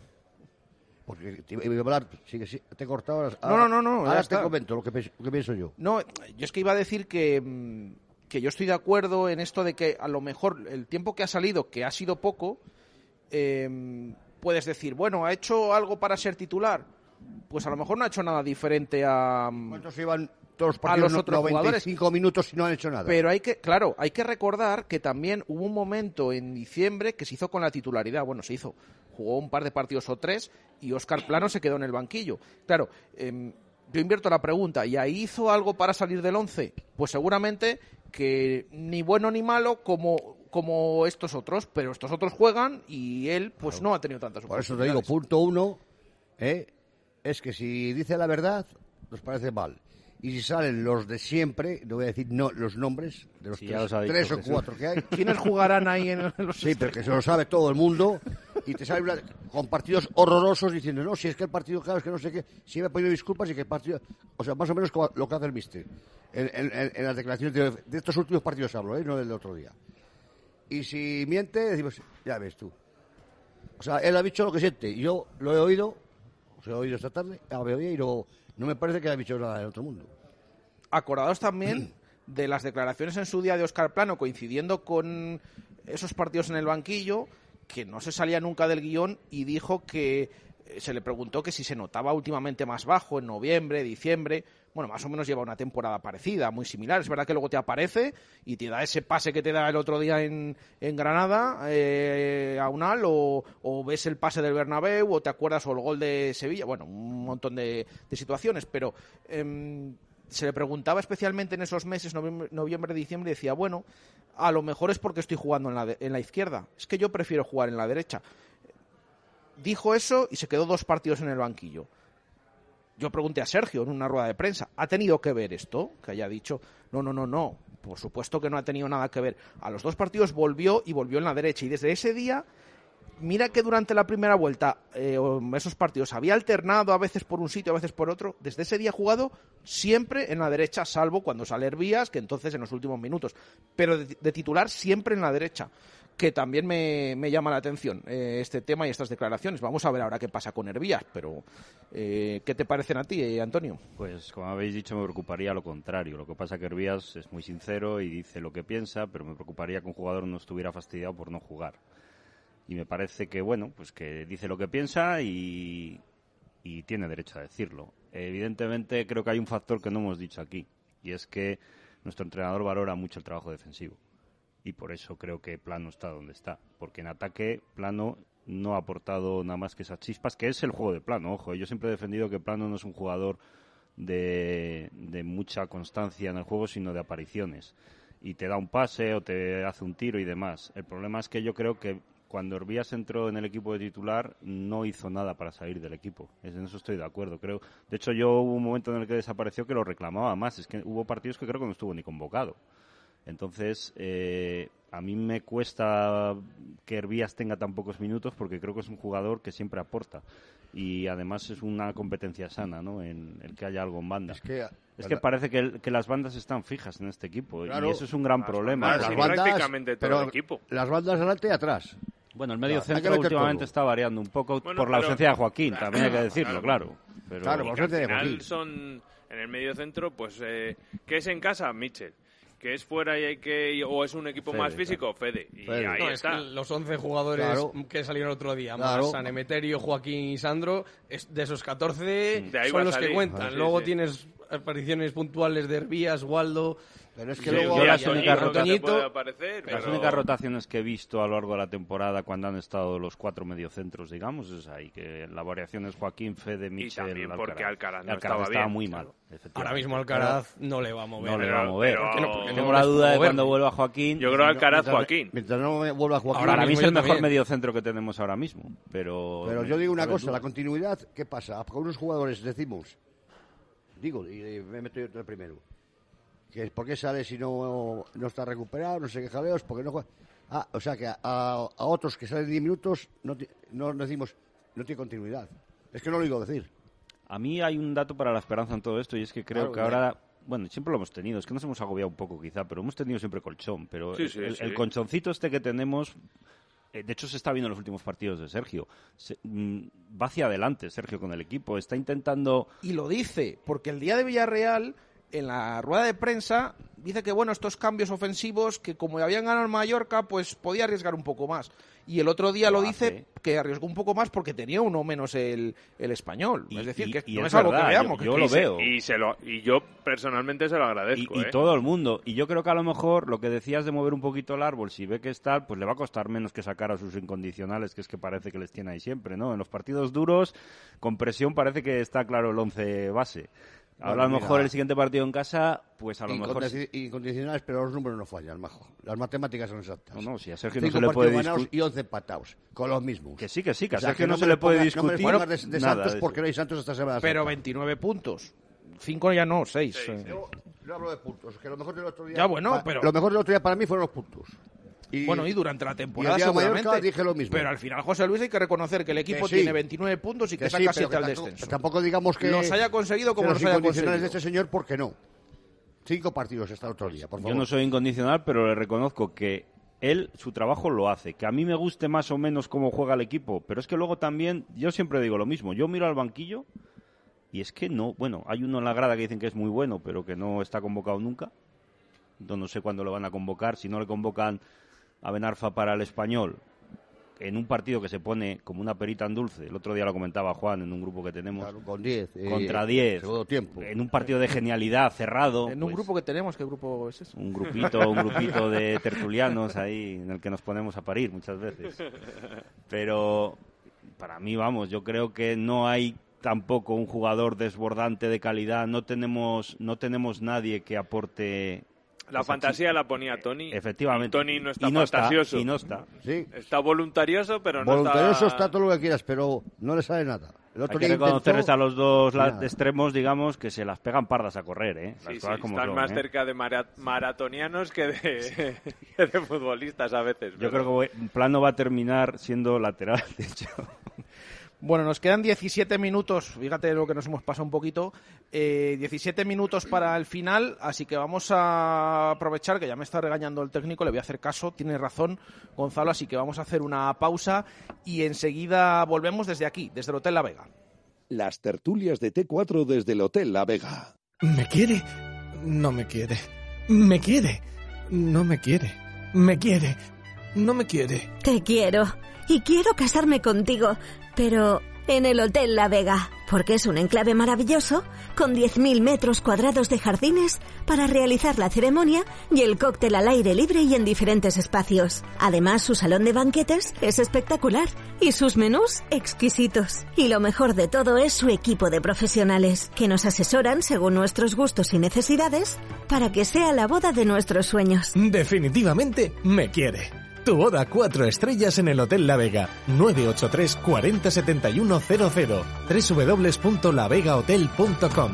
Porque te iba a hablar, sigue, sigue, te he cortado. Ahora, no, no, no, no. Ahora te comento lo que, lo que pienso yo. No, yo es que iba a decir que, que yo estoy de acuerdo en esto de que a lo mejor el tiempo que ha salido, que ha sido poco, eh, puedes decir, bueno, ¿ha hecho algo para ser titular? Pues a lo mejor no ha hecho nada diferente a... ¿Cuántos iban todos los a partidos? los otros noventa y cinco jugadores. minutos y no han hecho nada. Pero hay que, claro, hay que recordar que también hubo un momento en diciembre que se hizo con la titularidad. Bueno, se hizo, jugó un par de partidos o tres y Óscar Plano se quedó en el banquillo. Claro, eh, yo invierto la pregunta, ¿y ahí hizo algo para salir del once? Pues seguramente que ni bueno ni malo como, como estos otros, pero estos otros juegan y él pues claro. no ha tenido tantas oportunidades. Por eso te digo, punto uno, ¿eh? es que si dice la verdad, nos parece mal. Y si salen los de siempre, no voy a decir no, los nombres de los sí, tres, tres o Jesús. cuatro que hay. ¿Quiénes jugarán ahí en los Sí, pero que se lo sabe todo el mundo y te sale una, con partidos horrorosos diciendo, no, si es que el partido, claro, es que no sé qué, si me he pedido disculpas y que el partido... O sea, más o menos como lo que hace el mister en, en, en las declaraciones de, de estos últimos partidos hablo, ¿eh? No del otro día. Y si miente, decimos, ya ves tú. O sea, él ha dicho lo que siente y yo lo he oído, o sea, he oído esta tarde, a mediodía y no... No me parece que haya dicho nada del otro mundo. Acordados también de las declaraciones en su día de Óscar Plano, coincidiendo con esos partidos en el banquillo, que no se salía nunca del guión y dijo que se le preguntó que si se notaba últimamente más bajo en noviembre, diciembre. Bueno, más o menos lleva una temporada parecida, muy similar. Es verdad que luego te aparece y te da ese pase que te da el otro día en, en Granada, eh, a Unal, o, o ves el pase del Bernabéu, o te acuerdas, o el gol de Sevilla. Bueno, un montón de, de situaciones, pero eh, se le preguntaba especialmente en esos meses, noviembre, noviembre, diciembre, y decía, bueno, a lo mejor es porque estoy jugando en la, de, en la izquierda. Es que yo prefiero jugar en la derecha. Dijo eso y se quedó dos partidos en el banquillo. Yo pregunté a Sergio en una rueda de prensa, ¿ha tenido que ver esto? Que haya dicho, no, no, no, no, por supuesto que no ha tenido nada que ver. A los dos partidos volvió y volvió en la derecha. Y desde ese día, mira que durante la primera vuelta, eh, esos partidos había alternado a veces por un sitio, a veces por otro. Desde ese día ha jugado siempre en la derecha, salvo cuando sale Hervías, que entonces en los últimos minutos. Pero de, de titular siempre en la derecha. Que también me, me llama la atención eh, este tema y estas declaraciones. Vamos a ver ahora qué pasa con Hervías, pero eh, ¿qué te parecen a ti, eh, Antonio? Pues como habéis dicho, me preocuparía lo contrario. Lo que pasa que Hervías es muy sincero y dice lo que piensa, pero me preocuparía que un jugador no estuviera fastidiado por no jugar. Y me parece que, bueno, pues que dice lo que piensa y, y tiene derecho a decirlo. Evidentemente creo que hay un factor que no hemos dicho aquí, y es que nuestro entrenador valora mucho el trabajo defensivo. Y por eso creo que Plano está donde está. Porque en ataque, Plano no ha aportado nada más que esas chispas, que es el juego de Plano. Ojo, yo siempre he defendido que Plano no es un jugador de, de mucha constancia en el juego, sino de apariciones. Y te da un pase o te hace un tiro y demás. El problema es que yo creo que cuando Hervías entró en el equipo de titular, no hizo nada para salir del equipo. En eso estoy de acuerdo. Creo. De hecho, yo hubo un momento en el que desapareció que lo reclamaba más. Es que hubo partidos que creo que no estuvo ni convocado. Entonces, eh, a mí me cuesta que Hervías tenga tan pocos minutos porque creo que es un jugador que siempre aporta. Y además es una competencia sana, ¿no? En el que haya algo en banda. Es que, es que parece que, el, que las bandas están fijas en este equipo. Claro, y eso es un gran las problema. bandas, las sí, bandas, prácticamente todo pero el equipo. Las bandas delante y atrás. Bueno, el medio Claro, centro últimamente todo. Está variando un poco bueno, por la pero, ausencia de Joaquín, claro, también hay que decirlo, claro. claro. Pero, Claro, Y por que al suerte de final Joaquín. son en el medio centro, pues, eh, ¿qué es en casa? Mitchell. Que es fuera y hay que o es un equipo Fede, más físico, claro. Fede. Y Fede. ahí No, es está. que los once jugadores Claro. que salieron el otro día, Claro. más San Emeterio, Joaquín y Sandro, es, de esos catorce De ahí va son a los salir. que cuentan. Sí, Luego sí. tienes apariciones puntuales de Hervías, Waldo. Pero es que Sí, luego... yo y las Antoñito únicas que te Antoñito, puede aparecer, Las pero- únicas rotaciones que he visto a lo largo de la temporada cuando han estado los cuatro mediocentros, digamos, es ahí, que la variación es Joaquín, Fede, Michel, también Alcaraz. porque Alcaraz no Alcaraz estaba estaba bien, muy claro. mal, efectivamente. Ahora mismo Alcaraz no le va a mover. No le Pero- va a mover. pero- ¿Por qué no? Porque Tengo no la es duda de moverle. cuando vuelva Joaquín. Yo creo Alcaraz, mientras- Joaquín. Mientras no vuelva Joaquín... Ahora Para mí es mismo el yo mejor también. mediocentro que tenemos ahora mismo, pero... Pero yo digo una cabe cosa, duda. la continuidad, ¿qué pasa? Con unos jugadores decimos, digo, y, y me meto yo el primero, que es por qué sale si no, no está recuperado, no sé qué jaleos, porque no juega. Ah, o sea que a, a otros que salen diez minutos no, ti- no decimos, no tiene continuidad. Es que no lo digo decir. A mí hay un dato para la esperanza en todo esto y es que creo Claro, que ya. ahora, bueno, siempre lo hemos tenido, es que nos hemos agobiado un poco quizá, pero hemos tenido siempre colchón, pero Sí, el, sí, el- sí. el colchoncito este que tenemos, eh, de hecho se está viendo en los últimos partidos de Sergio, Se- mm, va hacia adelante Sergio con el equipo, está intentando... Y lo dice, porque el día de Villarreal en la rueda de prensa dice que, bueno, estos cambios ofensivos, que como habían ganado en Mallorca, pues podía arriesgar un poco más. Y el otro día lo, lo dice que arriesgó un poco más porque tenía uno menos el, el Español. Y, es decir, y, que y no es, es algo verdad, que veamos. Yo, yo que lo se, veo. Y, se lo, y yo personalmente se lo agradezco. Y, ¿eh? y todo el mundo. Y yo creo que a lo mejor lo que decías de mover un poquito el árbol, si ve que está, pues le va a costar menos que sacar a sus incondicionales, que es que parece que les tiene ahí siempre, ¿no? En los partidos duros, con presión, parece que está claro el once base. Ahora, bueno, a lo mejor mira, el siguiente partido en casa, pues a lo mejor... Incondicionales, pero los números no fallan, majo. Las matemáticas son exactas. No, no, si a Sergio Cinco no se le puede discutir... y once empatados, con los mismos. Que sí, que sí, que a o sea, Sergio que no, no se le puede ponga, discutir no me de, de nada Santos de porque no hay Santos esta semana. Pero veintinueve puntos. Cinco ya no, seis. Sí, eh. yo, yo hablo de puntos, que lo mejor del otro día... Ya, bueno, pa, pero... Lo mejor del otro día para mí fueron los puntos. Y, bueno, y durante la temporada y seguramente. Mallorca dije lo mismo. Pero al final, José Luis, hay que reconocer que el equipo que sí, tiene veintinueve puntos y que, que saca siete sí, al descenso. Tampoco digamos que los haya conseguido como los los haya conseguido. De este señor, ¿por qué no? Cinco partidos está el otro día, por favor. Yo no soy incondicional, pero le reconozco que él su trabajo lo hace. Que a mí me guste más o menos cómo juega el equipo, pero es que luego también, yo siempre digo lo mismo, yo miro al banquillo y es que no, bueno, hay uno en la grada que dicen que es muy bueno, pero que no está convocado nunca. No sé cuándo lo van a convocar, si no le convocan a Benarfa para el Español en un partido que se pone como una perita en dulce. El otro día lo comentaba Juan en un grupo que tenemos. Claro, con diez. Contra diez. Segundo tiempo. En un partido de genialidad cerrado. En un pues, grupo que tenemos, ¿qué grupo es eso? Un grupito, un grupito de tertulianos ahí en el que nos ponemos a parir muchas veces. Pero para mí, vamos, yo creo que no hay tampoco un jugador desbordante de calidad. No tenemos, no tenemos nadie que aporte... La fantasía la ponía Tony. Efectivamente. Y Tony no está y no fantasioso. Está, y no está. Sí. Está voluntarioso, pero no voluntarioso está... está todo lo que quieras, pero no le sale nada. El otro Hay que reconocerles intentó... a los dos la... extremos, digamos, que se las pegan pardas a correr, ¿eh? Las sí, cosas sí, como están son, más ¿eh? cerca de marat... maratonianos que de... que de futbolistas a veces. Yo pero... creo que Plano va a terminar siendo lateral, de hecho. Bueno, nos quedan diecisiete minutos, fíjate lo que nos hemos pasado un poquito, eh, diecisiete minutos para el final, así que vamos a aprovechar, que ya me está regañando el técnico, le voy a hacer caso, tiene razón Gonzalo, así que vamos a hacer una pausa y enseguida volvemos desde aquí, desde el Hotel La Vega. Las tertulias de T cuatro desde el Hotel La Vega. ¿Me quiere? No me quiere. ¿Me quiere? No me quiere. ¿Me quiere? No me quiere. Te quiero. Y quiero casarme contigo, pero en el Hotel La Vega, porque es un enclave maravilloso con diez mil metros cuadrados de jardines para realizar la ceremonia y el cóctel al aire libre y en diferentes espacios. Además, su salón de banquetes es espectacular y sus menús exquisitos. Y lo mejor de todo es su equipo de profesionales, que nos asesoran según nuestros gustos y necesidades para que sea la boda de nuestros sueños. Definitivamente me quiere. Tu boda cuatro estrellas en el Hotel La Vega. nueve ocho tres, cuarenta, setenta y uno, cero cero. doble u doble u doble u punto la vega hotel punto com.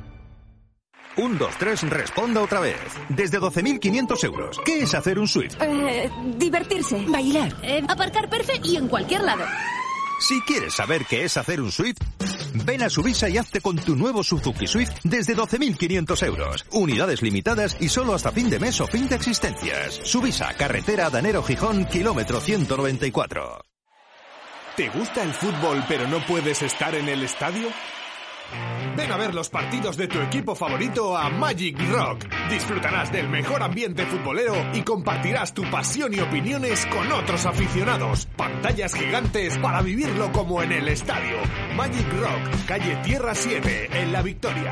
Un, dos, tres, responda otra vez. Desde doce mil quinientos euros. ¿Qué es hacer un Swift? Eh, divertirse. Bailar. Eh, aparcar perfecto y en cualquier lado. Si quieres saber qué es hacer un Swift, ven a Subisa y hazte con tu nuevo Suzuki Swift desde doce mil quinientos euros. Unidades limitadas y solo hasta fin de mes o fin de existencias. Subisa, carretera Danero-Gijón, kilómetro ciento noventa y cuatro. ¿Te gusta el fútbol pero no puedes estar en el estadio? Ven a ver los partidos de tu equipo favorito a Magic Rock. Disfrutarás del mejor ambiente futbolero y compartirás tu pasión y opiniones con otros aficionados. Pantallas gigantes para vivirlo como en el estadio. Magic Rock, calle Tierra siete, en La Victoria.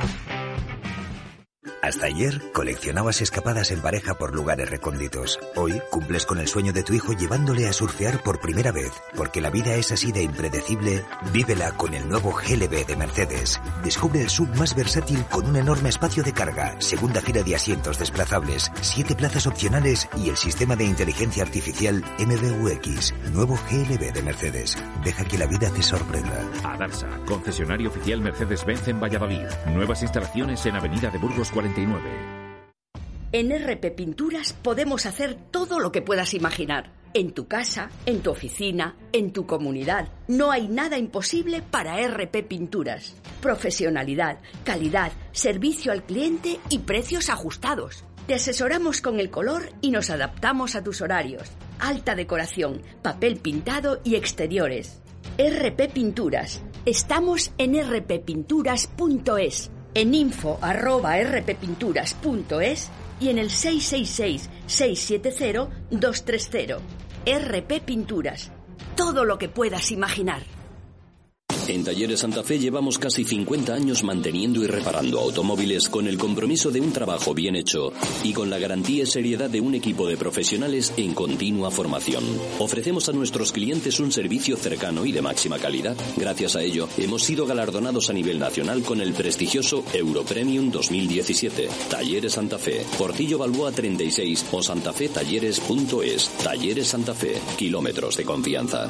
Hasta ayer coleccionabas escapadas en pareja por lugares recónditos. Hoy cumples con el sueño de tu hijo llevándole a surfear por primera vez. Porque la vida es así de impredecible, vívela con el nuevo G L B de Mercedes. Descubre el S U V más versátil con un enorme espacio de carga, segunda fila de asientos desplazables, siete plazas opcionales y el sistema de inteligencia artificial M B U X. Nuevo G L B de Mercedes. Deja que la vida te sorprenda. Adarsa, concesionario oficial Mercedes-Benz en Valladolid. Nuevas instalaciones en Avenida de Burgos cuarenta y nueve. En R P Pinturas podemos hacer todo lo que puedas imaginar. En tu casa, en tu oficina, en tu comunidad. No hay nada imposible para R P Pinturas. Profesionalidad, calidad, servicio al cliente y precios ajustados. Te asesoramos con el color y nos adaptamos a tus horarios. Alta decoración, papel pintado y exteriores. R P Pinturas. Estamos en r p pinturas punto es. en info arroba rppinturas punto es y en el seis seis seis, seis siete cero, dos tres cero. R P Pinturas. Todo lo que puedas imaginar. En Talleres Santa Fe llevamos casi cincuenta años manteniendo y reparando automóviles con el compromiso de un trabajo bien hecho y con la garantía y seriedad de un equipo de profesionales en continua formación. Ofrecemos a nuestros clientes un servicio cercano y de máxima calidad. Gracias a ello, hemos sido galardonados a nivel nacional con el prestigioso Europremium dos mil diecisiete. Talleres Santa Fe, Portillo Balboa treinta y seis o santafetalleres punto es. Talleres Santa Fe, kilómetros de confianza.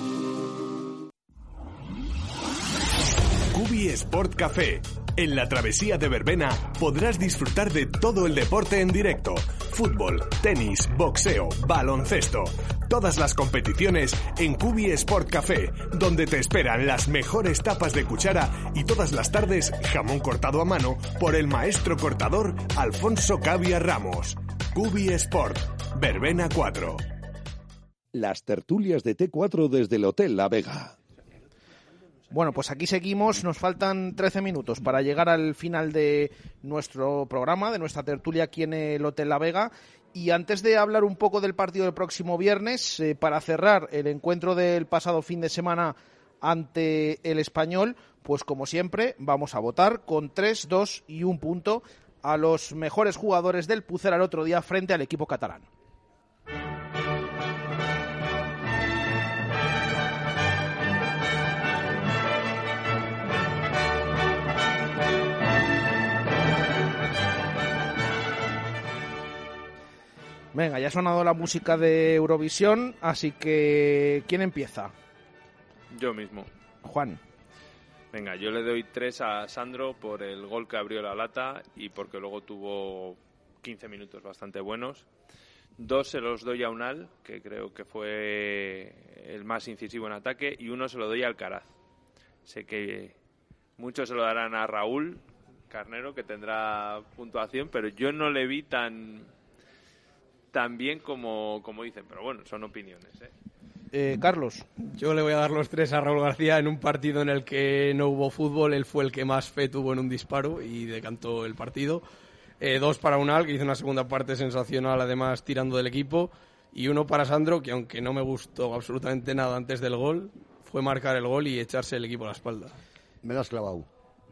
Cubi Sport Café. En la travesía de Verbena podrás disfrutar de todo el deporte en directo. Fútbol, tenis, boxeo, baloncesto. Todas las competiciones en Cubi Sport Café, donde te esperan las mejores tapas de cuchara y todas las tardes jamón cortado a mano por el maestro cortador Alfonso Cavia Ramos. Cubi Sport, Verbena cuatro. Las tertulias de T cuatro desde el Hotel La Vega. Bueno, pues aquí seguimos, nos faltan trece minutos para llegar al final de nuestro programa, de nuestra tertulia aquí en el Hotel La Vega. Y antes de hablar un poco del partido del próximo viernes, eh, para cerrar el encuentro del pasado fin de semana ante el Español, pues como siempre vamos a votar con tres, dos y un punto a los mejores jugadores del Pucela el otro día frente al equipo catalán. Venga, ya ha sonado la música de Eurovisión, así que ¿quién empieza? Yo mismo. Juan. Venga, yo le doy tres a Sandro por el gol que abrió la lata y porque luego tuvo quince minutos bastante buenos. Dos se los doy a Unal, que creo que fue el más incisivo en ataque, y uno se lo doy a Alcaraz. Sé que muchos se lo darán a Raúl Carnero, que tendrá puntuación, pero yo no le vi tan... tan bien como, como dicen, pero bueno, son opiniones, ¿eh? Eh, Carlos. Yo le voy a dar los tres a Raúl García en un partido en el que no hubo fútbol. Él fue el que más fe tuvo en un disparo y decantó el partido. Eh, dos para Unal, que hizo una segunda parte sensacional, además tirando del equipo. Y uno para Sandro, que aunque no me gustó absolutamente nada antes del gol, fue marcar el gol y echarse el equipo a la espalda. Me lo has clavado.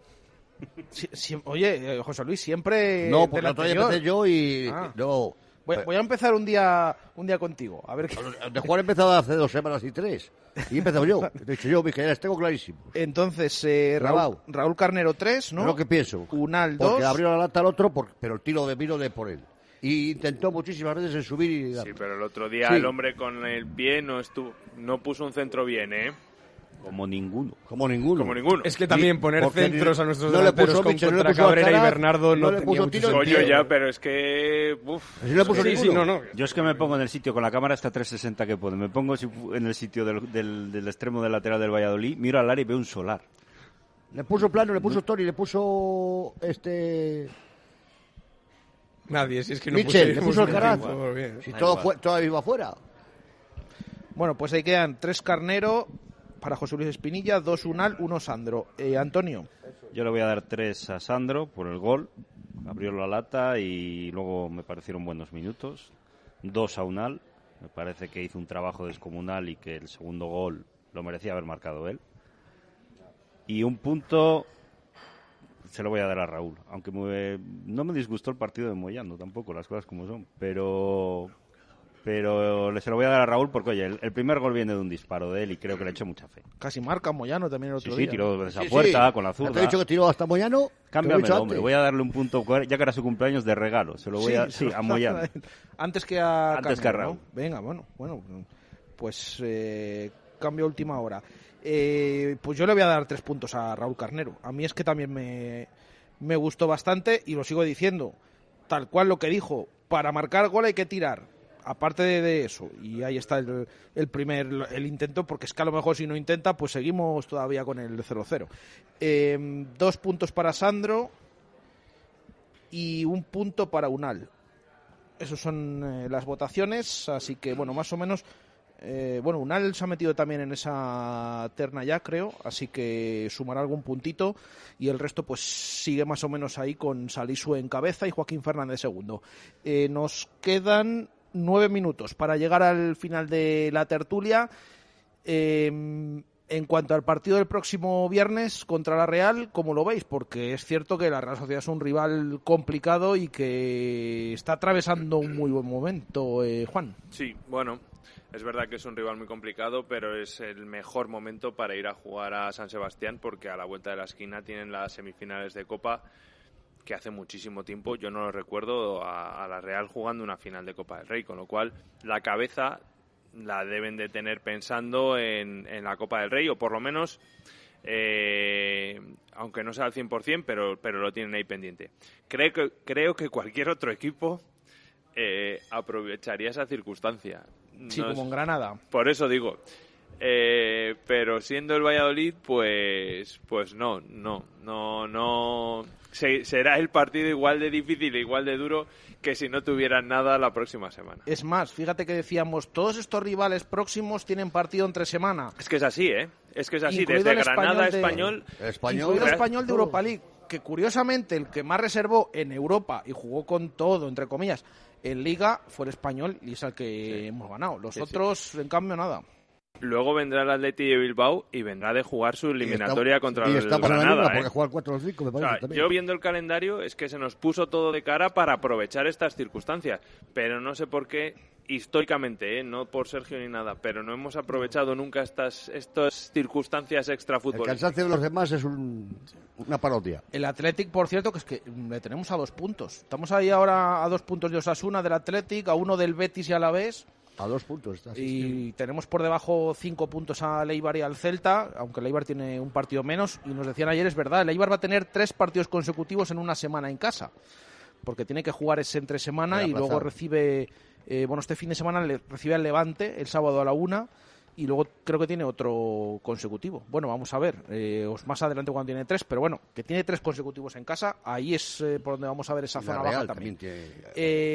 Sí, sí, oye, eh, José Luis, siempre... No, porque otra vez empecé yo y... Ah. No... Voy, voy a empezar un día un día contigo. A ver qué... De Juan he empezado hace dos semanas y tres. Y he empezado yo. He dicho yo, mis que ya las tengo clarísimos. Entonces, eh, Raúl, Raúl Carnero tres, ¿no? Es lo que pienso. Unal dos. Porque abrió la lata al otro, por, pero el tiro de vino de por él. Y intentó muchísimas veces en subir y... Sí, pero el otro día sí. el hombre con el pie no estuvo, no puso un centro bien, ¿eh? Como ninguno. Como ninguno. Como ninguno. Es que también poner Porque centros ni, a nuestros no delanteros le puso con Michel, contra no le puso Cabrera Alcaraz, y Bernardo no, no le tenía puso mucho tiro sentido. Oye, ya, pero es que... Uf, no le puso sí, ninguno. sí, no, no. Yo es que me pongo en el sitio, con la cámara hasta trescientos sesenta que puedo, me pongo en el sitio del, del, del extremo del lateral del Valladolid, miro al área y veo un solar. Le puso plano, le puso Toni, le puso este... Nadie, si es que no Michel, le puso puso Alcaraz. Si todo fue, todo iba afuera. Bueno, pues ahí quedan tres Carnero para José Luis Espinilla, dos Unal, uno Sandro. Eh, Antonio. Yo le voy a dar tres a Sandro por el gol. Abrió la lata y luego me parecieron buenos minutos. Dos a Unal. Me parece que hizo un trabajo descomunal y que el segundo gol lo merecía haber marcado él. Y un punto se lo voy a dar a Raúl. Aunque me, no me disgustó el partido de Moyano tampoco, las cosas como son. Pero... Pero se lo voy a dar a Raúl porque, oye, el, el primer gol viene de un disparo de él y creo que le ha hecho mucha fe. Casi marca Moyano también el otro sí, día. Sí, tiró de esa sí, puerta sí. con la zurda. ¿Te he dicho que tiró hasta Moyano? Cámbiame, hombre, voy a darle un punto, ya que era su cumpleaños, de regalo. Se lo voy sí, a, sí, a Moyano. Antes que a Antes Carnero, que a Raúl. ¿no? Venga, bueno, bueno, pues eh, cambio a última hora. Eh, pues yo le voy a dar tres puntos a Raúl Carnero. A mí es que también me, me gustó bastante y lo sigo diciendo, tal cual lo que dijo, para marcar gol hay que tirar. Aparte de, de eso, y ahí está el, el primer el intento, porque es que a lo mejor si no intenta, pues seguimos todavía con el cero cero. Eh, dos puntos para Sandro y un punto para Unal. Esas son eh, las votaciones, así que bueno, más o menos Eh, bueno, Unal se ha metido también en esa terna ya, creo, así que sumará algún puntito y el resto pues sigue más o menos ahí con Salisu en cabeza y Joaquín Fernández segundo. Eh, nos quedan nueve minutos para llegar al final de la tertulia. Eh, en cuanto al partido del próximo viernes contra la Real, ¿cómo lo veis? Porque es cierto que la Real Sociedad es un rival complicado y que está atravesando un muy buen momento, eh, Juan. Sí, bueno, es verdad que es un rival muy complicado, pero es el mejor momento para ir a jugar a San Sebastián porque a la vuelta de la esquina tienen las semifinales de Copa que hace muchísimo tiempo, yo no lo recuerdo, a, a la Real jugando una final de Copa del Rey, con lo cual la cabeza la deben de tener pensando en, en la Copa del Rey, o por lo menos, eh, aunque no sea al cien por ciento, pero, pero lo tienen ahí pendiente. Creo que, creo que cualquier otro equipo eh, aprovecharía esa circunstancia. Sí, no como es, en Granada. Por eso digo, eh, pero siendo el Valladolid, pues pues no, no, no, no... Se, será el partido igual de difícil e igual de duro que si no tuvieran nada la próxima semana. Es más, fíjate que decíamos, todos estos rivales próximos tienen partido entre semana. Es que es así, ¿eh? Es que es así, Incluido desde el Granada, Español, Español... de, Español, incluido el Español de Europa League, que curiosamente el que más reservó en Europa y jugó con todo, entre comillas, en Liga, fue el Español y es al que sí. hemos ganado. Los sí, otros, sí. en cambio, nada. Luego vendrá el Atleti de Bilbao y vendrá de jugar su eliminatoria está, contra y el está Granada. Porque ¿eh? jugar cuatro o cinco, me parece, o sea, también. Yo viendo el calendario es que se nos puso todo de cara para aprovechar estas circunstancias, pero no sé por qué históricamente, ¿eh? No por Sergio ni nada, pero no hemos aprovechado nunca estas estas circunstancias extrafutbolísticas. El cansancio de los demás es un, una parodia. El Athletic, por cierto, que es que le tenemos a dos puntos. Estamos ahí ahora a dos puntos de Osasuna, del Athletic, a uno del Betis y Alavés. A dos puntos estás. Y sí. tenemos por debajo cinco puntos al Eibar y al Celta, aunque el Eibar tiene un partido menos. Y nos decían ayer, es verdad, el Eibar va a tener tres partidos consecutivos en una semana en casa, porque tiene que jugar ese entre semana y luego recibe, eh, bueno, este fin de semana le, recibe al Levante el sábado a la una y luego creo que tiene otro consecutivo. Bueno, vamos a ver, eh, os más adelante cuando tiene tres, pero bueno, que tiene tres consecutivos en casa, ahí es eh, por donde vamos a ver esa la zona Real baja también. también tiene...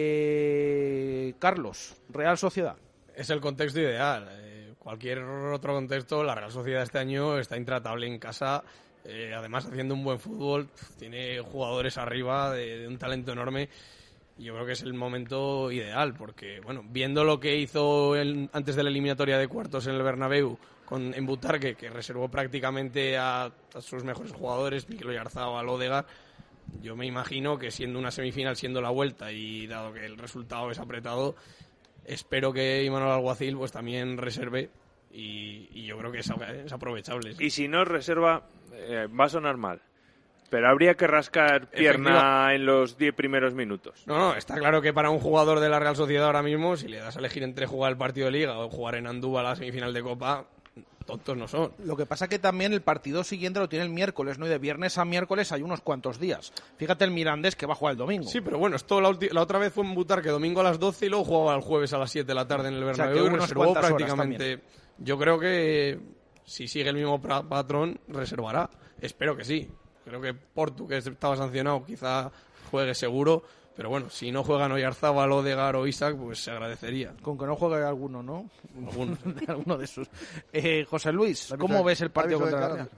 eh, Carlos, Real Sociedad. Es el contexto ideal. Eh, cualquier otro contexto, la Real Sociedad este año está intratable en casa, eh, además haciendo un buen fútbol, tiene jugadores arriba de, de un talento enorme. Yo creo que es el momento ideal, porque, bueno, viendo lo que hizo el, antes de la eliminatoria de cuartos en el Bernabéu con en Butarque, que reservó prácticamente a, a sus mejores jugadores, Mikel Oyarzabal, Odegaard, yo me imagino que siendo una semifinal, siendo la vuelta, y dado que el resultado es apretado, espero que Imanol Alguacil pues también reserve, y, y yo creo que es, es aprovechable. ¿Sí? Y si no reserva, eh, va a sonar mal. Pero habría que rascar pierna en los diez primeros minutos. No, no, está claro que para un jugador de la Real Sociedad ahora mismo, si le das a elegir entre jugar el partido de Liga o jugar en Andúba la semifinal de Copa, tontos no son. Lo que pasa que también el partido siguiente lo tiene el miércoles, ¿no? Y de viernes a miércoles hay unos cuantos días. Fíjate el Mirandés que va a jugar el domingo. Sí, pero bueno, esto la, la otra vez fue en Butarque domingo a las doce y luego jugaba el jueves a las siete de la tarde en el Bernabéu. O sea, reservó prácticamente. Yo creo que si sigue el mismo patrón, reservará. Espero que sí. Creo que Portu, que estaba sancionado, quizá juegue seguro. Pero bueno, si no juegan Oyarzabal, Odegaard o Isaac, pues se agradecería. Con que no juegue alguno, ¿no? Alguno, alguno de esos. Eh, José Luis, ¿cómo ves el partido contra la Real?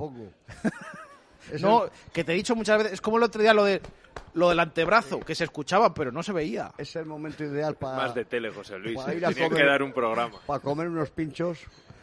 No, el... que te he dicho muchas veces, es como el otro día lo de lo del antebrazo, que se escuchaba, pero no se veía. Es el momento ideal para... Más de tele, José Luis. Para ir a Tenía comer, que dar un programa. Para comer unos pinchos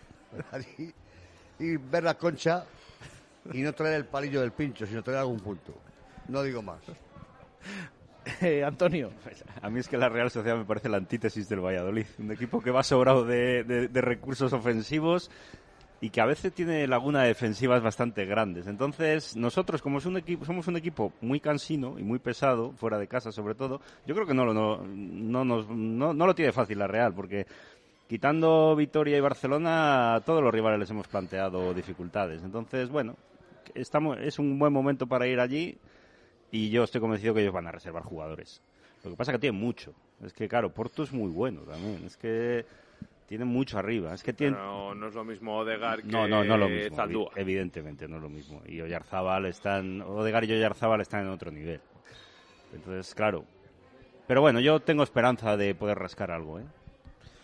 y ver la concha y no traer el palillo del pincho, sino traer algún punto. No digo más. Eh, Antonio. A mí es que la Real Sociedad me parece la antítesis del Valladolid. Un equipo que va sobrado de, de, de recursos ofensivos y que a veces tiene lagunas defensivas bastante grandes. Entonces, nosotros, como es un equipo, somos un equipo muy cansino y muy pesado, fuera de casa sobre todo, yo creo que no, no, no, nos, no, no lo tiene fácil la Real, porque quitando Vitoria y Barcelona, a todos los rivales les hemos planteado dificultades. Entonces, bueno, estamos, es un buen momento para ir allí. Y yo estoy convencido que ellos van a reservar jugadores. Lo que pasa es que tienen mucho. Es que, claro, Porto es muy bueno también. Es que tienen mucho arriba. Es que tienen... Pero no es lo mismo Odegaard que no, no, no lo mismo, Zaldúa. Evidentemente no es lo mismo. Y Oyarzabal están... Odegaard y Oyarzabal están en otro nivel. Entonces, claro. Pero bueno, yo tengo esperanza de poder rascar algo, ¿eh?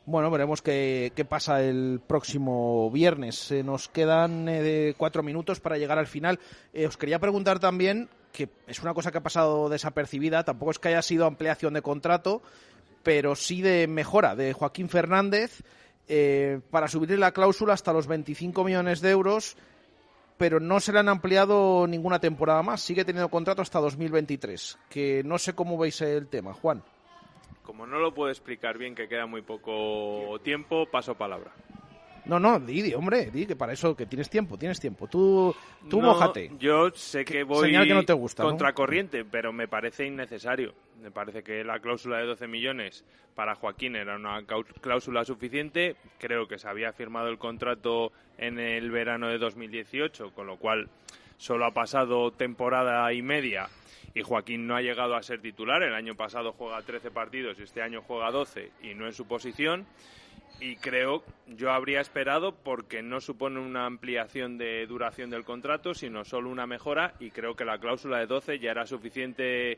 Bueno, veremos qué, qué pasa el próximo viernes. Se nos quedan eh, cuatro minutos para llegar al final. Eh, os quería preguntar también, que es una cosa que ha pasado desapercibida, tampoco es que haya sido ampliación de contrato, pero sí de mejora de Joaquín Fernández eh, para subirle la cláusula hasta los veinticinco millones de euros, pero no se le han ampliado ninguna temporada más. Sigue teniendo contrato hasta dos mil veintitrés. Que no sé cómo veis el tema, Juan. Como no lo puedo explicar bien, que queda muy poco tiempo, paso palabra. No, no, di, di, hombre, di, que para eso que tienes tiempo, tienes tiempo. Tú, tú no, mójate. Yo sé que voy Señal que no te gusta, contracorriente, ¿no? Pero me parece innecesario. Me parece que la cláusula de doce millones para Joaquín era una cláusula suficiente. Creo que se había firmado el contrato en el verano de dos mil dieciocho, con lo cual solo ha pasado temporada y media. Y Joaquín no ha llegado a ser titular. El año pasado juega trece partidos y este año juega doce y no en su posición. Y creo, yo habría esperado, porque no supone una ampliación de duración del contrato, sino solo una mejora, y creo que la cláusula de doce ya era suficiente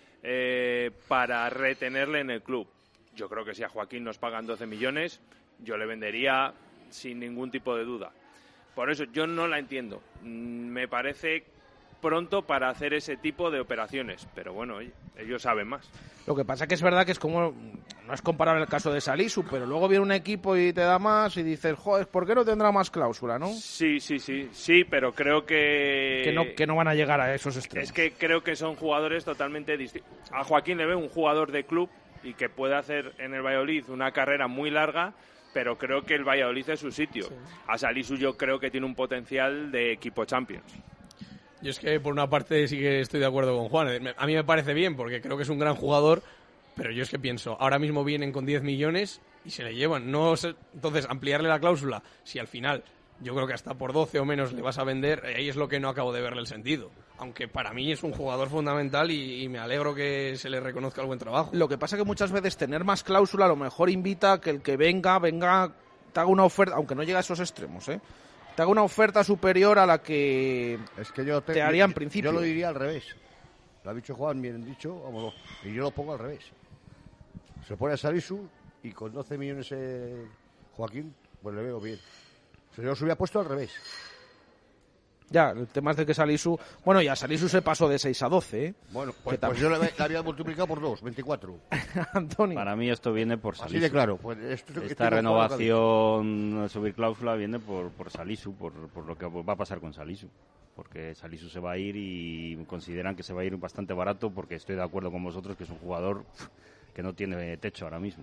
eh, para retenerle en el club. Yo creo que si a Joaquín nos pagan doce millones, yo le vendería sin ningún tipo de duda. Por eso yo no la entiendo. Me parece pronto para hacer ese tipo de operaciones, pero bueno, oye, ellos saben más. Lo que pasa que es verdad que es como, no es comparable el caso de Salisu, pero luego viene un equipo y te da más y dices, joder, ¿por qué no tendrá más cláusula, no? Sí, sí, sí, sí, pero creo que... Que no, que no van a llegar a esos extremos. Es que creo que son jugadores totalmente distintos. A Joaquín le veo un jugador de club y que puede hacer en el Valladolid una carrera muy larga, pero creo que el Valladolid es su sitio. Sí. A Salisu yo creo que tiene un potencial de equipo Champions. Yo es que por una parte sí que estoy de acuerdo con Juan. A mí me parece bien porque creo que es un gran jugador, pero yo es que pienso, ahora mismo vienen con diez millones y se le llevan. No sé, entonces, ampliarle la cláusula, si al final yo creo que hasta por doce o menos le vas a vender, ahí es lo que no acabo de verle el sentido. Aunque para mí es un jugador fundamental y, y me alegro que se le reconozca el buen trabajo. Lo que pasa es que muchas veces tener más cláusula a lo mejor invita a que el que venga, venga, te haga una oferta, aunque no llegue a esos extremos, ¿eh? Te haga una oferta superior a la que, es que yo te, te haría en yo, principio. Yo lo diría al revés. Lo ha dicho Juan, bien dicho, vámonos. Y yo lo pongo al revés. Se pone a Salisu y con doce millones eh, Joaquín, pues le veo bien. Se yo se hubiera puesto al revés. Ya, el tema es de que Salisu... Bueno, ya Salisu se pasó de seis a doce, ¿eh? Bueno, pues, pues yo le, le había multiplicado por dos, veinticuatro. Antonio. Para mí esto viene por Salisu. Así de claro. Pues esto, Esta renovación, subir cláusula, viene por, por Salisu, por, por lo que va a pasar con Salisu. Porque Salisu se va a ir y consideran que se va a ir bastante barato, porque estoy de acuerdo con vosotros que es un jugador que no tiene techo ahora mismo.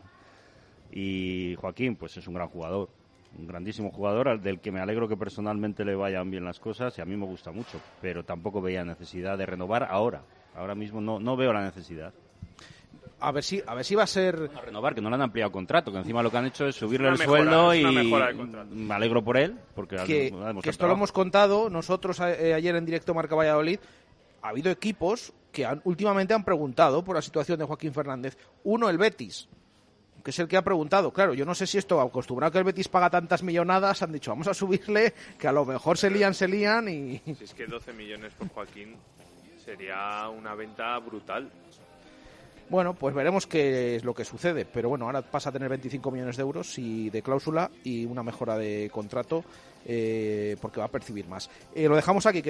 Y Joaquín, pues es un gran jugador. Un grandísimo jugador al del que me alegro que personalmente le vayan bien las cosas y a mí me gusta mucho, pero tampoco veía necesidad de renovar ahora. Ahora mismo no, no veo la necesidad. A ver si a ver si va a ser... No, renovar, que no le han ampliado contrato, que encima lo que han hecho es subirle es el mejora, sueldo es y me alegro por él, porque que, ha que esto trabajo. Lo hemos contado nosotros eh, ayer en directo Marca Valladolid. Ha habido equipos que han, últimamente han preguntado por la situación de Joaquín Fernández. Uno, el Betis, que es el que ha preguntado. Claro, yo no sé si esto, acostumbrado a que el Betis paga tantas millonadas, han dicho, vamos a subirle, que a lo mejor se lían, se lían y... Si es que doce millones por Joaquín sería una venta brutal. Bueno, pues veremos qué es lo que sucede, pero bueno, ahora pasa a tener veinticinco millones de euros y de cláusula y una mejora de contrato, eh, porque va a percibir más. Eh, lo dejamos aquí. Que